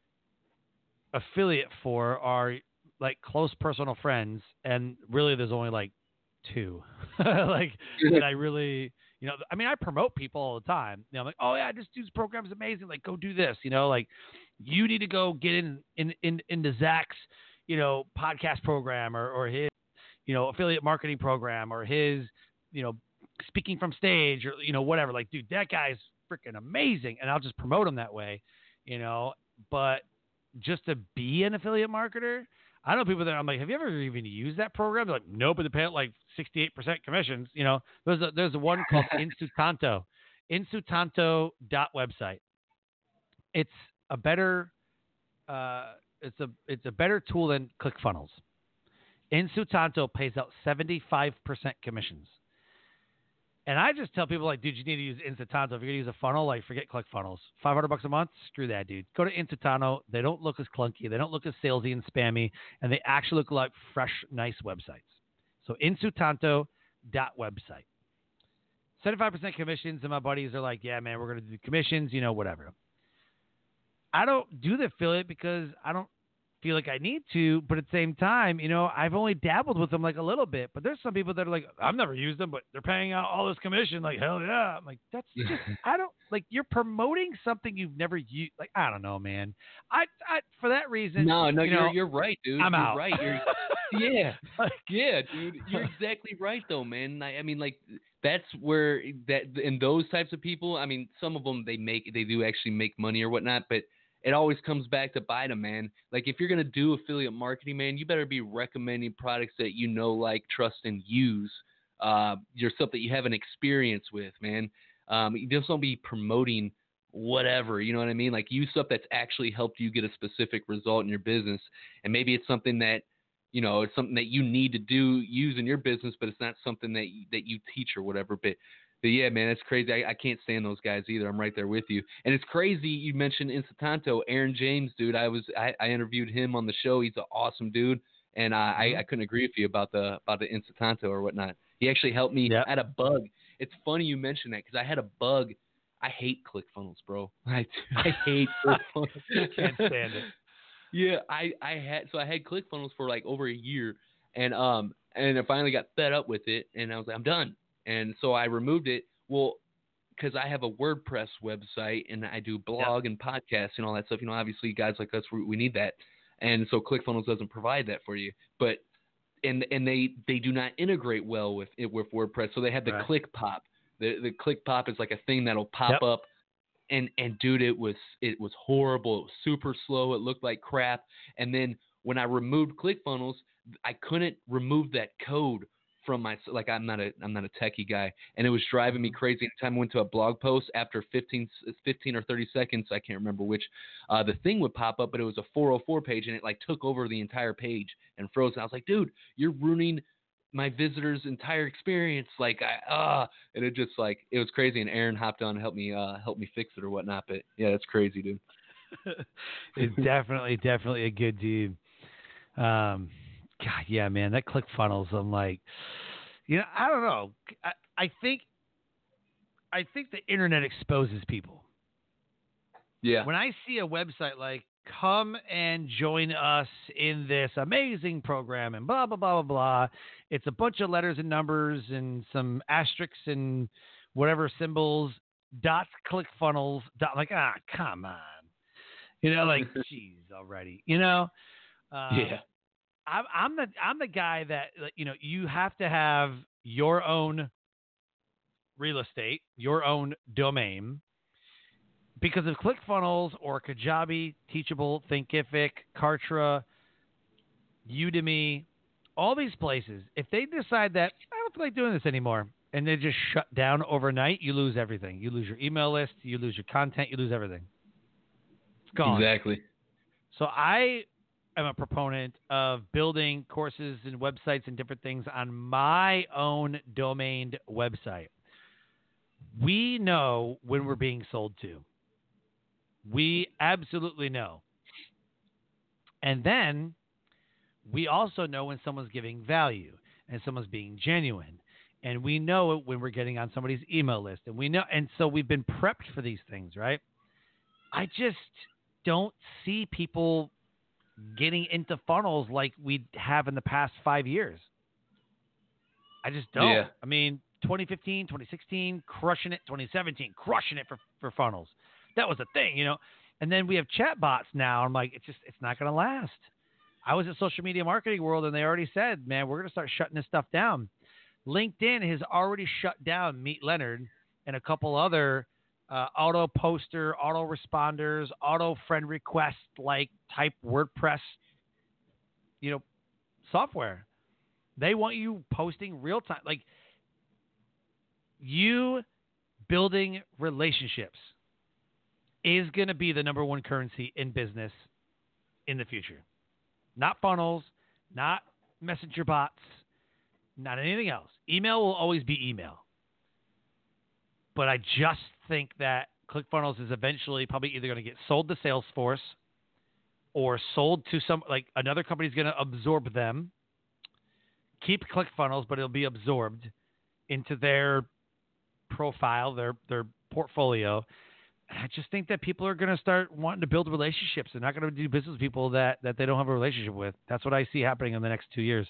affiliate for are like close personal friends. And really there's only like two, like that I really, you know, I mean, I promote people all the time. You know, I'm like, oh yeah, this dude's program is amazing. Like, go do this. You know, like you need to go get in in, in into Zach's, you know, podcast program or or his, you know, affiliate marketing program or his you know, speaking from stage or, you know, whatever, like, dude, that guy's freaking amazing. And I'll just promote him that way, you know, but just to be an affiliate marketer, I know people that I'm like, have you ever even used that program? They're like, nope, but they pay out like sixty-eight percent commissions. You know, there's a, there's a one called Insutanto, Insutanto dot website. It's a better, uh, it's a, it's a better tool than ClickFunnels. Insutanto pays out seventy-five percent commissions. And I just tell people, like, dude, you need to use Insutanto. If you're going to use a funnel, like, forget ClickFunnels. five hundred bucks a month? Screw that, dude. Go to Insutanto. They don't look as clunky. They don't look as salesy and spammy. And they actually look like fresh, nice websites. So Insutanto dot website. seventy-five percent commissions. And my buddies are like, yeah, man, we're going to do commissions, you know, whatever. I don't do the affiliate because I don't feel like I need to, but at the same time, you know, I've only dabbled with them like a little bit, but there's some people that are like, I've never used them, but they're paying out all this commission. Like, hell yeah. I'm like, that's just, I don't like, you're promoting something you've never used. Like, I don't know, man. I, I, for that reason, no, no, you you're, know, you're right, dude. I'm you're out. right. You're, yeah. Yeah, dude, you're exactly right though, man. I, I mean, like, that's where that, and those types of people, I mean, some of them, they make, they do actually make money or whatnot, but it always comes back to bite them, man. Like, if you're going to do affiliate marketing, man, you better be recommending products that you know, like, trust, and use, uh, your stuff that you have an experience with, man. Um, you just don't be promoting whatever, you know what I mean? Like, use stuff that's actually helped you get a specific result in your business. And maybe it's something that, you know, it's something that you need to do, use in your business, but it's not something that you, that you teach or whatever. But But yeah, man, it's crazy. I, I can't stand those guys either. I'm right there with you. And it's crazy you mentioned Insutanto. Aaron James, dude. I was I, I interviewed him on the show. He's an awesome dude, and I, mm-hmm. I, I couldn't agree with you about the about the Insutanto or whatnot. He actually helped me. Yep. I had a bug. It's funny you mentioned that because I had a bug. I hate ClickFunnels, bro. I I hate ClickFunnels. Can't stand it. Yeah, I I had so I had ClickFunnels for like over a year, and um and I finally got fed up with it, and I was like, I'm done. And so I removed it. Well, because I have a WordPress website and I do blog yep. and podcasts and all that stuff. You know, obviously guys like us, we, we need that. And so ClickFunnels doesn't provide that for you. But and and they, they do not integrate well with it with WordPress. So they have the right. ClickPop. The the ClickPop is like a thing that'll pop yep. up. And and dude, it was it was horrible. It was super slow. It looked like crap. And then when I removed ClickFunnels, I couldn't remove that code from my, like, I'm not a, I'm not a techie guy, and it was driving me crazy. Anytime I went to a blog post, after fifteen, fifteen or thirty seconds, I can't remember which, uh, the thing would pop up, but it was a four oh four page, and it like took over the entire page and froze. And I was like, dude, you're ruining my visitor's entire experience. Like, I, ah, uh, and it just like, it was crazy. And Aaron hopped on and helped me, uh, help me fix it or whatnot. But yeah, that's crazy, dude. It's definitely, definitely a good dude. Um, God, yeah, man, that ClickFunnels, I'm like, you know, I don't know. I, I think, I think the internet exposes people. Yeah. When I see a website like, come and join us in this amazing program and blah, blah, blah, blah, blah. It's a bunch of letters and numbers and some asterisks and whatever symbols, dots, ClickFunnels, dot, like, ah, come on. You know, like, geez, already, you know? Um, yeah. I'm, I'm the I'm the guy that, you know, you have to have your own real estate, your own domain, because of ClickFunnels or Kajabi, Teachable, Thinkific, Kartra, Udemy, all these places, if they decide that I don't feel like doing this anymore, and they just shut down overnight, you lose everything. You lose your email list, you lose your content, you lose everything. It's gone. Exactly. So I I'm a proponent of building courses and websites and different things on my own domained website. We know when we're being sold to. We absolutely know. And then we also know when someone's giving value and someone's being genuine. And we know it when we're getting on somebody's email list. And we know, and so we've been prepped for these things, right? I just don't see people getting into funnels like we have in the past five years. I just don't. Yeah. I mean, twenty fifteen, twenty sixteen, crushing it. twenty seventeen, crushing it for, for funnels. That was a thing, you know. And then we have chat bots now. I'm like, it's just, it's not going to last. I was at Social Media Marketing World, and they already said, man, we're going to start shutting this stuff down. LinkedIn has already shut down Meet Leonard and a couple other uh, auto poster, auto responders, auto friend request like type WordPress, you know, software. They want you posting real time, like you building relationships is going to be the number one currency in business in the future. Not funnels, not messenger bots, not anything else. Email will always be email. But I just think that ClickFunnels is eventually probably either going to get sold to Salesforce or sold to some, like another company is going to absorb them, keep ClickFunnels, but it'll be absorbed into their profile, their their portfolio. I just think that people are going to start wanting to build relationships. They're not going to do business with people that, that they don't have a relationship with. That's what I see happening in the next two years.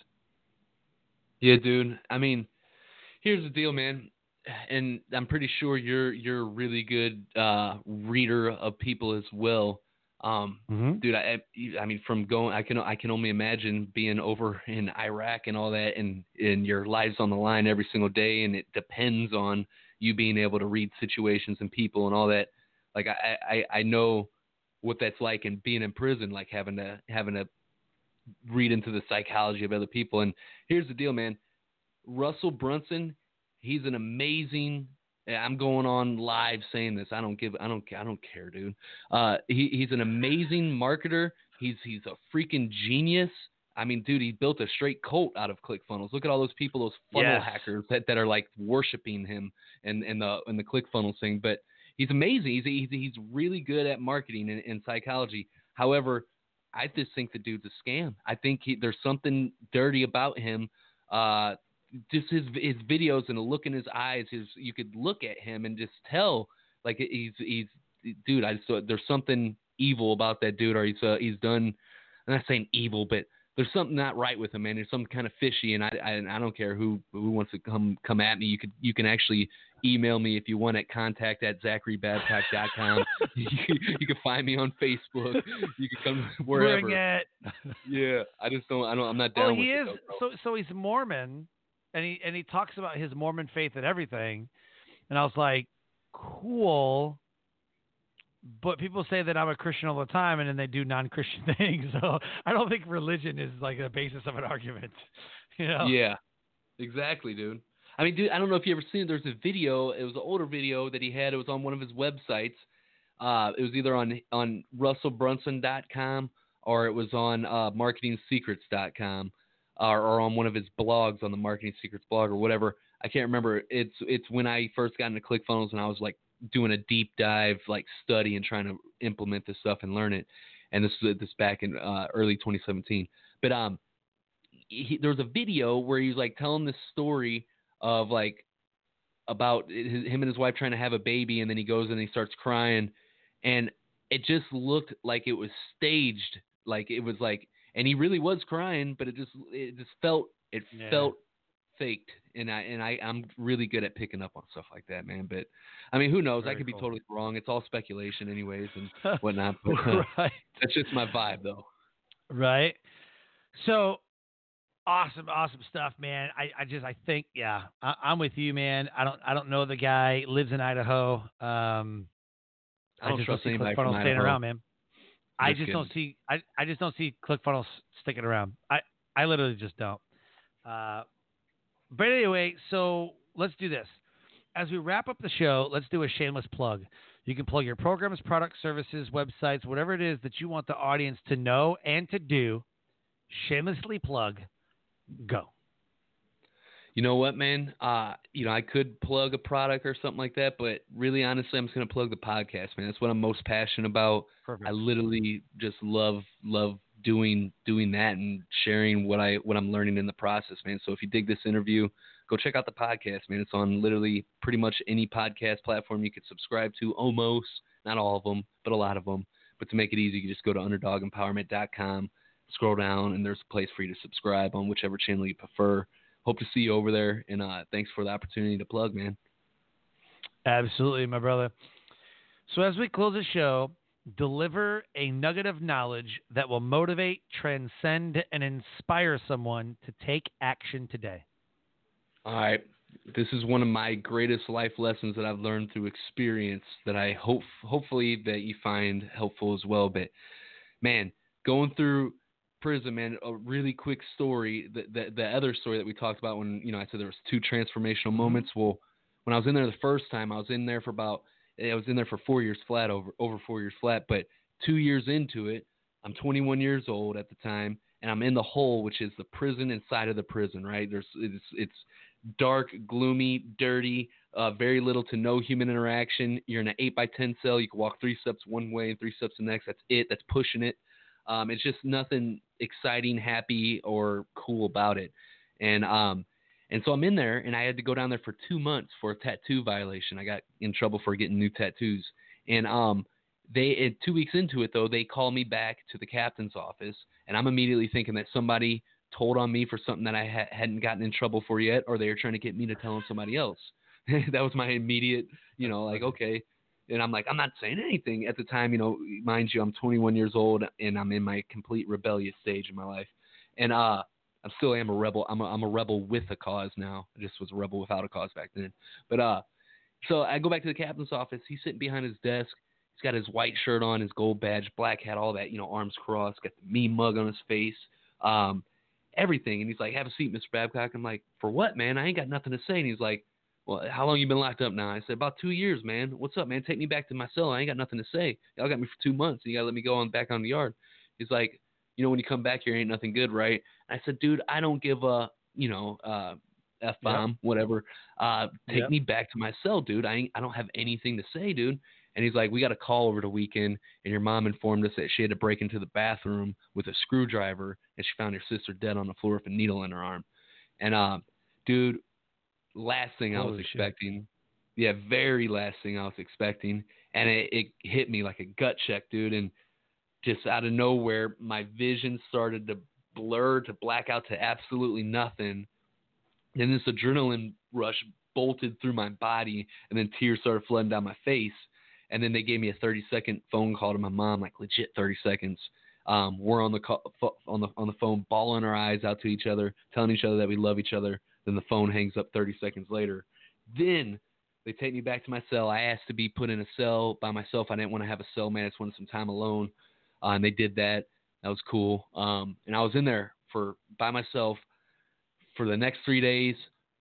Yeah, dude. I mean, here's the deal, man. And I'm pretty sure you're you're a really good uh, reader of people as well. Um, mm-hmm. Dude, I, I mean, from going, I can I can only imagine being over in Iraq and all that, and, and your life's on the line every single day, and it depends on you being able to read situations and people and all that. Like I, I, I know what that's like, and being in prison, like having to having to read into the psychology of other people. And here's the deal, man. Russell Brunson, he's an amazing. I'm going on live saying this. I don't give. I don't. I don't care, dude. Uh, he, he's an amazing marketer. He's he's a freaking genius. I mean, dude, he built a straight cult out of ClickFunnels. Look at all those people, those funnel yes. hackers that, that are like worshiping him and and the and the ClickFunnels thing. But he's amazing. He's he's, he's really good at marketing and, and psychology. However, I just think the dude's a scam. I think he, there's something dirty about him. Uh, just his his videos and the look in his eyes, his you could look at him and just tell like he's he's dude. I just there's something evil about that dude, or he's uh, he's done. I'm not saying evil, but there's something not right with him, man. There's something kind of fishy, and I, I I don't care who who wants to come come at me. You could you can actually email me if you want at contact at zachary babcock dot com. you, you can find me on Facebook. You can come wherever. Bring it. Yeah, I just don't. I don't. I'm not down well, with he it. is. Though, so so he's Mormon, and he and he talks about his Mormon faith and everything, and I was like, cool. But people say that I'm a Christian all the time, and then they do non-Christian things. So I don't think religion is like the basis of an argument. You know? Yeah, exactly, dude. I mean, dude, I don't know if you ever seen it. There's a video. It was an older video that he had. It was on one of his websites. Uh, it was either on on russell brunson dot com or it was on uh, marketing secrets dot com or, or on one of his blogs on the Marketing Secrets blog or whatever. I can't remember. It's it's when I first got into ClickFunnels and I was like doing a deep dive, like study and trying to implement this stuff and learn it. And this this back in uh, early twenty seventeen. But um, he, there was a video where he was like telling this story of like about his, him and his wife trying to have a baby, and then he goes and he starts crying, and it just looked like it was staged, like it was like, and he really was crying, but it just it just felt it yeah. felt faked, and I and I I'm really good at picking up on stuff like that, man. But I mean, who knows? Very I could cool. be totally wrong. It's all speculation, anyways, and whatnot. But, uh, right. That's just my vibe, though. Right. So. Awesome, awesome stuff, man. I, I just, I think, yeah, I, I'm with you, man. I don't, I don't know the guy. Lives in Idaho. Um, I don't I just trust don't see anybody ClickFunnels from staying Idaho. around, man. I Just just kidding. don't see, I, I just don't see ClickFunnels sticking around. I, I literally just don't. Uh, but anyway, so let's do this. As we wrap up the show, let's do a shameless plug. You can plug your programs, products, services, websites, whatever it is that you want the audience to know and to do. Shamelessly plug. Go. You know what, man? Uh, you know, I could plug a product or something like that, but really, honestly, I'm just going to plug the podcast, man. That's what I'm most passionate about. Perfect. I literally just love, love doing, doing that and sharing what I, what I'm learning in the process, man. So if you dig this interview, go check out the podcast, man. It's on literally pretty much any podcast platform you could subscribe to, almost, not all of them, but a lot of them. But to make it easy, you can just go to underdog empowerment dot com. Scroll down, and there's a place for you to subscribe on whichever channel you prefer. Hope to see you over there, and uh, thanks for the opportunity to plug, man. Absolutely, my brother. So as we close the show, deliver a nugget of knowledge that will motivate, transcend, and inspire someone to take action today. All right. This is one of my greatest life lessons that I've learned through experience that I hope, hopefully that you find helpful as well. But man, going through prison, man, a really quick story. The, the, the other story that we talked about when, you know, I said there was two transformational Mm-hmm. moments. Well, when I was in there the first time, I was in there for about, I was in there for four years flat, over, over four years flat. But two years into it, I'm twenty-one years old at the time, and I'm in the hole, which is the prison inside of the prison, right? There's, it's, it's dark, gloomy, dirty, uh, very little to no human interaction. You're in an eight by ten cell. You can walk three steps one way and three steps the next. That's it. That's pushing it. Um, it's just nothing exciting, happy, or cool about it. And um, and so I'm in there, and I had to go down there for two months for a tattoo violation. I got in trouble for getting new tattoos. And um, they two weeks into it, though, they call me back to the captain's office, and I'm immediately thinking that somebody told on me for something that I ha- hadn't gotten in trouble for yet, or they were trying to get me to tell on somebody else. That was my immediate, you know, like, okay. And I'm like, I'm not saying anything at the time, you know, mind you, I'm twenty-one years old and I'm in my complete rebellious stage in my life. And uh, I still am a rebel. I'm a, I'm a rebel with a cause now. I just was a rebel without a cause back then. But uh, so I go back to the captain's office. He's sitting behind his desk. He's got his white shirt on, his gold badge, black hat, all that, you know, arms crossed, got the me mug on his face, um, everything. And he's like, have a seat, Mister Babcock. I'm like, for what, man? I ain't got nothing to say. And he's like, well, how long you been locked up now? I said, about two years, man. What's up, man? Take me back to my cell. I ain't got nothing to say. Y'all got me for two months, and you got to let me go on back on the yard. He's like, you know, when you come back here, ain't nothing good, right? I said, dude, I don't give a, you know, uh, F-bomb, yep. whatever. Uh, take yep. me back to my cell, dude. I ain't, I don't have anything to say, dude. And he's like, we got a call over the weekend, and your mom informed us that she had to break into the bathroom with a screwdriver, and she found your sister dead on the floor with a needle in her arm. And, uh, dude, last thing Holy I was shit. expecting. Yeah, very last thing I was expecting. And it, it hit me like a gut check, dude. And just out of nowhere, my vision started to blur, to black out to absolutely nothing. Then this adrenaline rush bolted through my body, and then tears started flooding down my face. And then they gave me a thirty-second phone call to my mom, like legit thirty seconds. Um, we're on the call, on the on the phone, bawling our eyes out to each other, telling each other that we love each other. Then the phone hangs up thirty seconds later. Then they take me back to my cell. I asked to be put in a cell by myself. I didn't want to have a cellmate. I just wanted some time alone. Uh, and they did that. That was cool. Um, and I was in there for by myself for the next three days.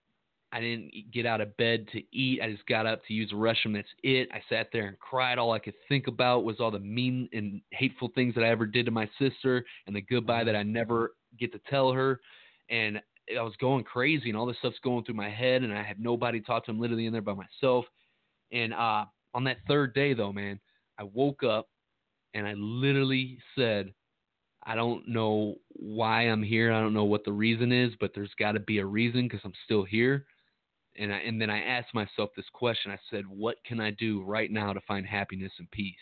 I didn't get out of bed to eat. I just got up to use the restroom. That's it. I sat there and cried. All I could think about was all the mean and hateful things that I ever did to my sister and the goodbye that I never get to tell her. And I was going crazy, and all this stuff's going through my head, and I had nobody to talk to. I'm literally in there by myself. And uh, on that third day, though, man, I woke up, and I literally said, I don't know why I'm here. I don't know what the reason is, but there's got to be a reason because I'm still here. And I, and then I asked myself this question. I said, what can I do right now to find happiness and peace?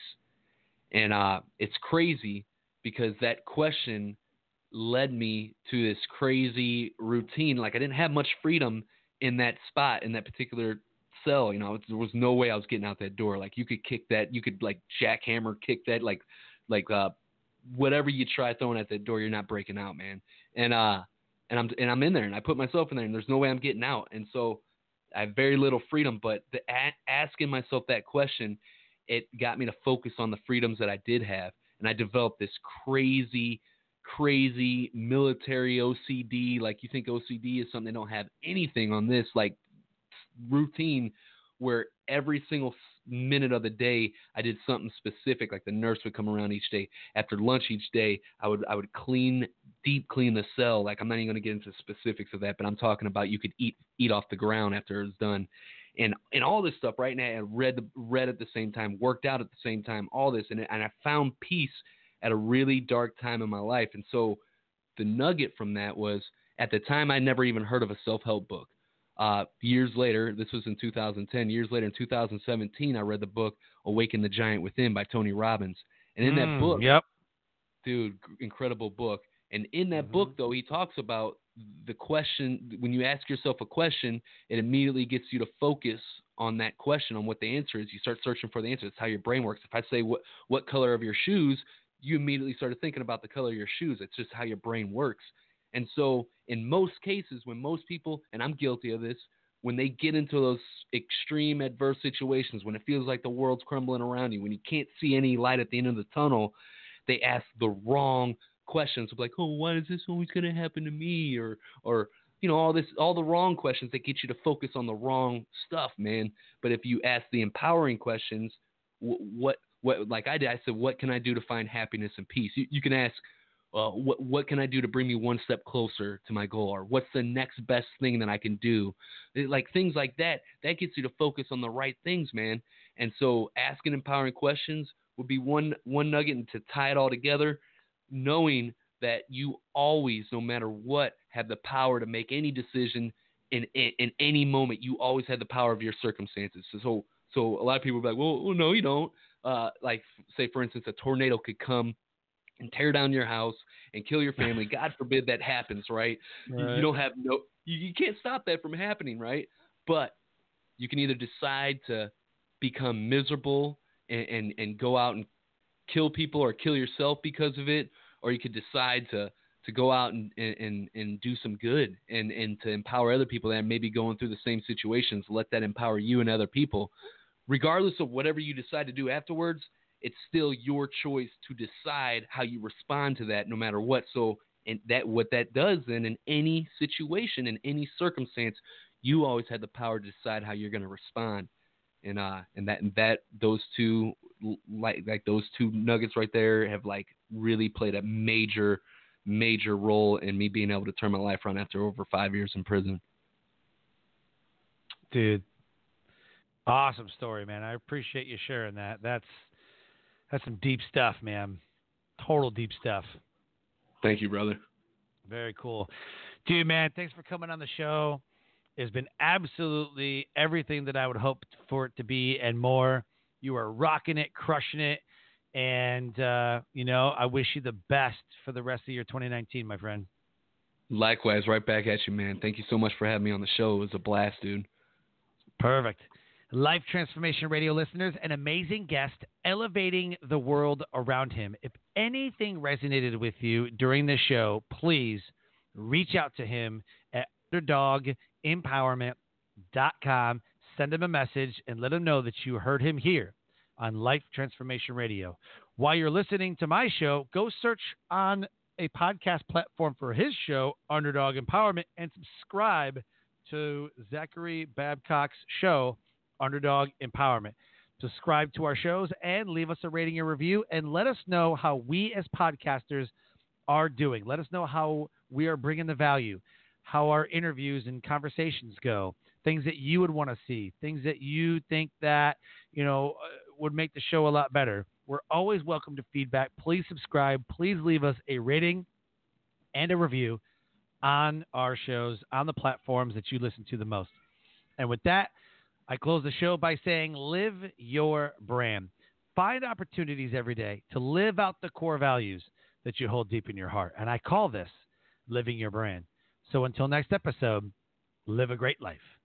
And uh, it's crazy because that question led me to this crazy routine. Like I didn't have much freedom in that spot, in that particular cell. You know, there was no way I was getting out that door. Like you could kick that, you could like jackhammer kick that, like, like uh, whatever you try throwing at that door, you're not breaking out, man. And uh, and I'm and I'm in there, and I put myself in there, and there's no way I'm getting out. And so I have very little freedom. But the, a- asking myself that question, it got me to focus on the freedoms that I did have, and I developed this crazy. crazy military O C D. Like you think O C D is something they don't have anything on this, like routine where every single minute of the day I did something specific. Like the nurse would come around each day after lunch each day. I would, I would clean, deep clean the cell. Like I'm not even going to get into specifics of that, but I'm talking about you could eat, eat off the ground after it was done. And, and all this stuff right now, I read, read at the same time, worked out at the same time, all this. And, and I found peace at a really dark time in my life. And so the nugget from that was, at the time, I never even heard of a self-help book. Uh, years later, this was in two thousand ten, years later in two thousand seventeen, I read the book Awaken the Giant Within by Tony Robbins. And in mm, that book, yep. dude, incredible book. And in that mm-hmm. book, though, he talks about the question, when you ask yourself a question, it immediately gets you to focus on that question, on what the answer is. You start searching for the answer. It's how your brain works. If I say, what, what color of your shoes, you immediately started thinking about the color of your shoes. It's just how your brain works. And so in most cases, when most people, and I'm guilty of this, when they get into those extreme adverse situations, when it feels like the world's crumbling around you, when you can't see any light at the end of the tunnel, they ask the wrong questions like, oh, why is this always going to happen to me? Or, or, you know, all this, all the wrong questions that get you to focus on the wrong stuff, man. But if you ask the empowering questions, what, what, like I did, I said, what can I do to find happiness and peace? You, you can ask, uh, what, what can I do to bring me one step closer to my goal? Or what's the next best thing that I can do? It, like things like that, that gets you to focus on the right things, man. And so asking empowering questions would be one, one nugget, and to tie it all together, knowing that you always, no matter what, have the power to make any decision in, in, in any moment. You always have the power of your circumstances. So, so, so a lot of people will be like, well, well no, you don't. Uh, like say, for instance, a tornado could come and tear down your house and kill your family. God forbid that happens, right? right. You, you don't have no, you, you can't stop that from happening, right? But you can either decide to become miserable and, and, and go out and kill people or kill yourself because of it, or you could decide to, to go out and, and, and do some good and, and to empower other people that may be going through the same situations. Let that empower you and other people. Regardless of whatever you decide to do afterwards, it's still your choice to decide how you respond to that no matter what. So and that what that does then in any situation, in any circumstance, you always have the power to decide how you're going to respond. And uh and that and that those two like like those two nuggets right there have like really played a major major role in me being able to turn my life around after over five years in prison. Dude, awesome story, man. I appreciate you sharing that. That's that's some deep stuff, man. Total deep stuff. Thank you, brother. Very cool. Dude, man, thanks for coming on the show. It's been absolutely everything that I would hope for it to be and more. You are rocking it, crushing it. And, uh, you know, I wish you the best for the rest of your twenty nineteen, my friend. Likewise, right back at you, man. Thank you so much for having me on the show. It was a blast, dude. Perfect. Life Transformation Radio listeners, an amazing guest elevating the world around him. If anything resonated with you during this show, please reach out to him at underdog empowerment dot com. Send him a message and let him know that you heard him here on Life Transformation Radio. While you're listening to my show, go search on a podcast platform for his show, Underdog Empowerment, and subscribe to Zachary Babcock's show, Underdog Empowerment. Subscribe to our shows and leave us a rating and review, and let us know how we as podcasters are doing. Let us know how we are bringing the value, how our interviews and conversations go, things that you would want to see, things that you think that, you know, would make the show a lot better. We're always welcome to feedback. Please subscribe. Please leave us a rating and a review on our shows, on the platforms that you listen to the most. And with that, I close the show by saying, live your brand. Find opportunities every day to live out the core values that you hold deep in your heart. And I call this living your brand. So until next episode, live a great life.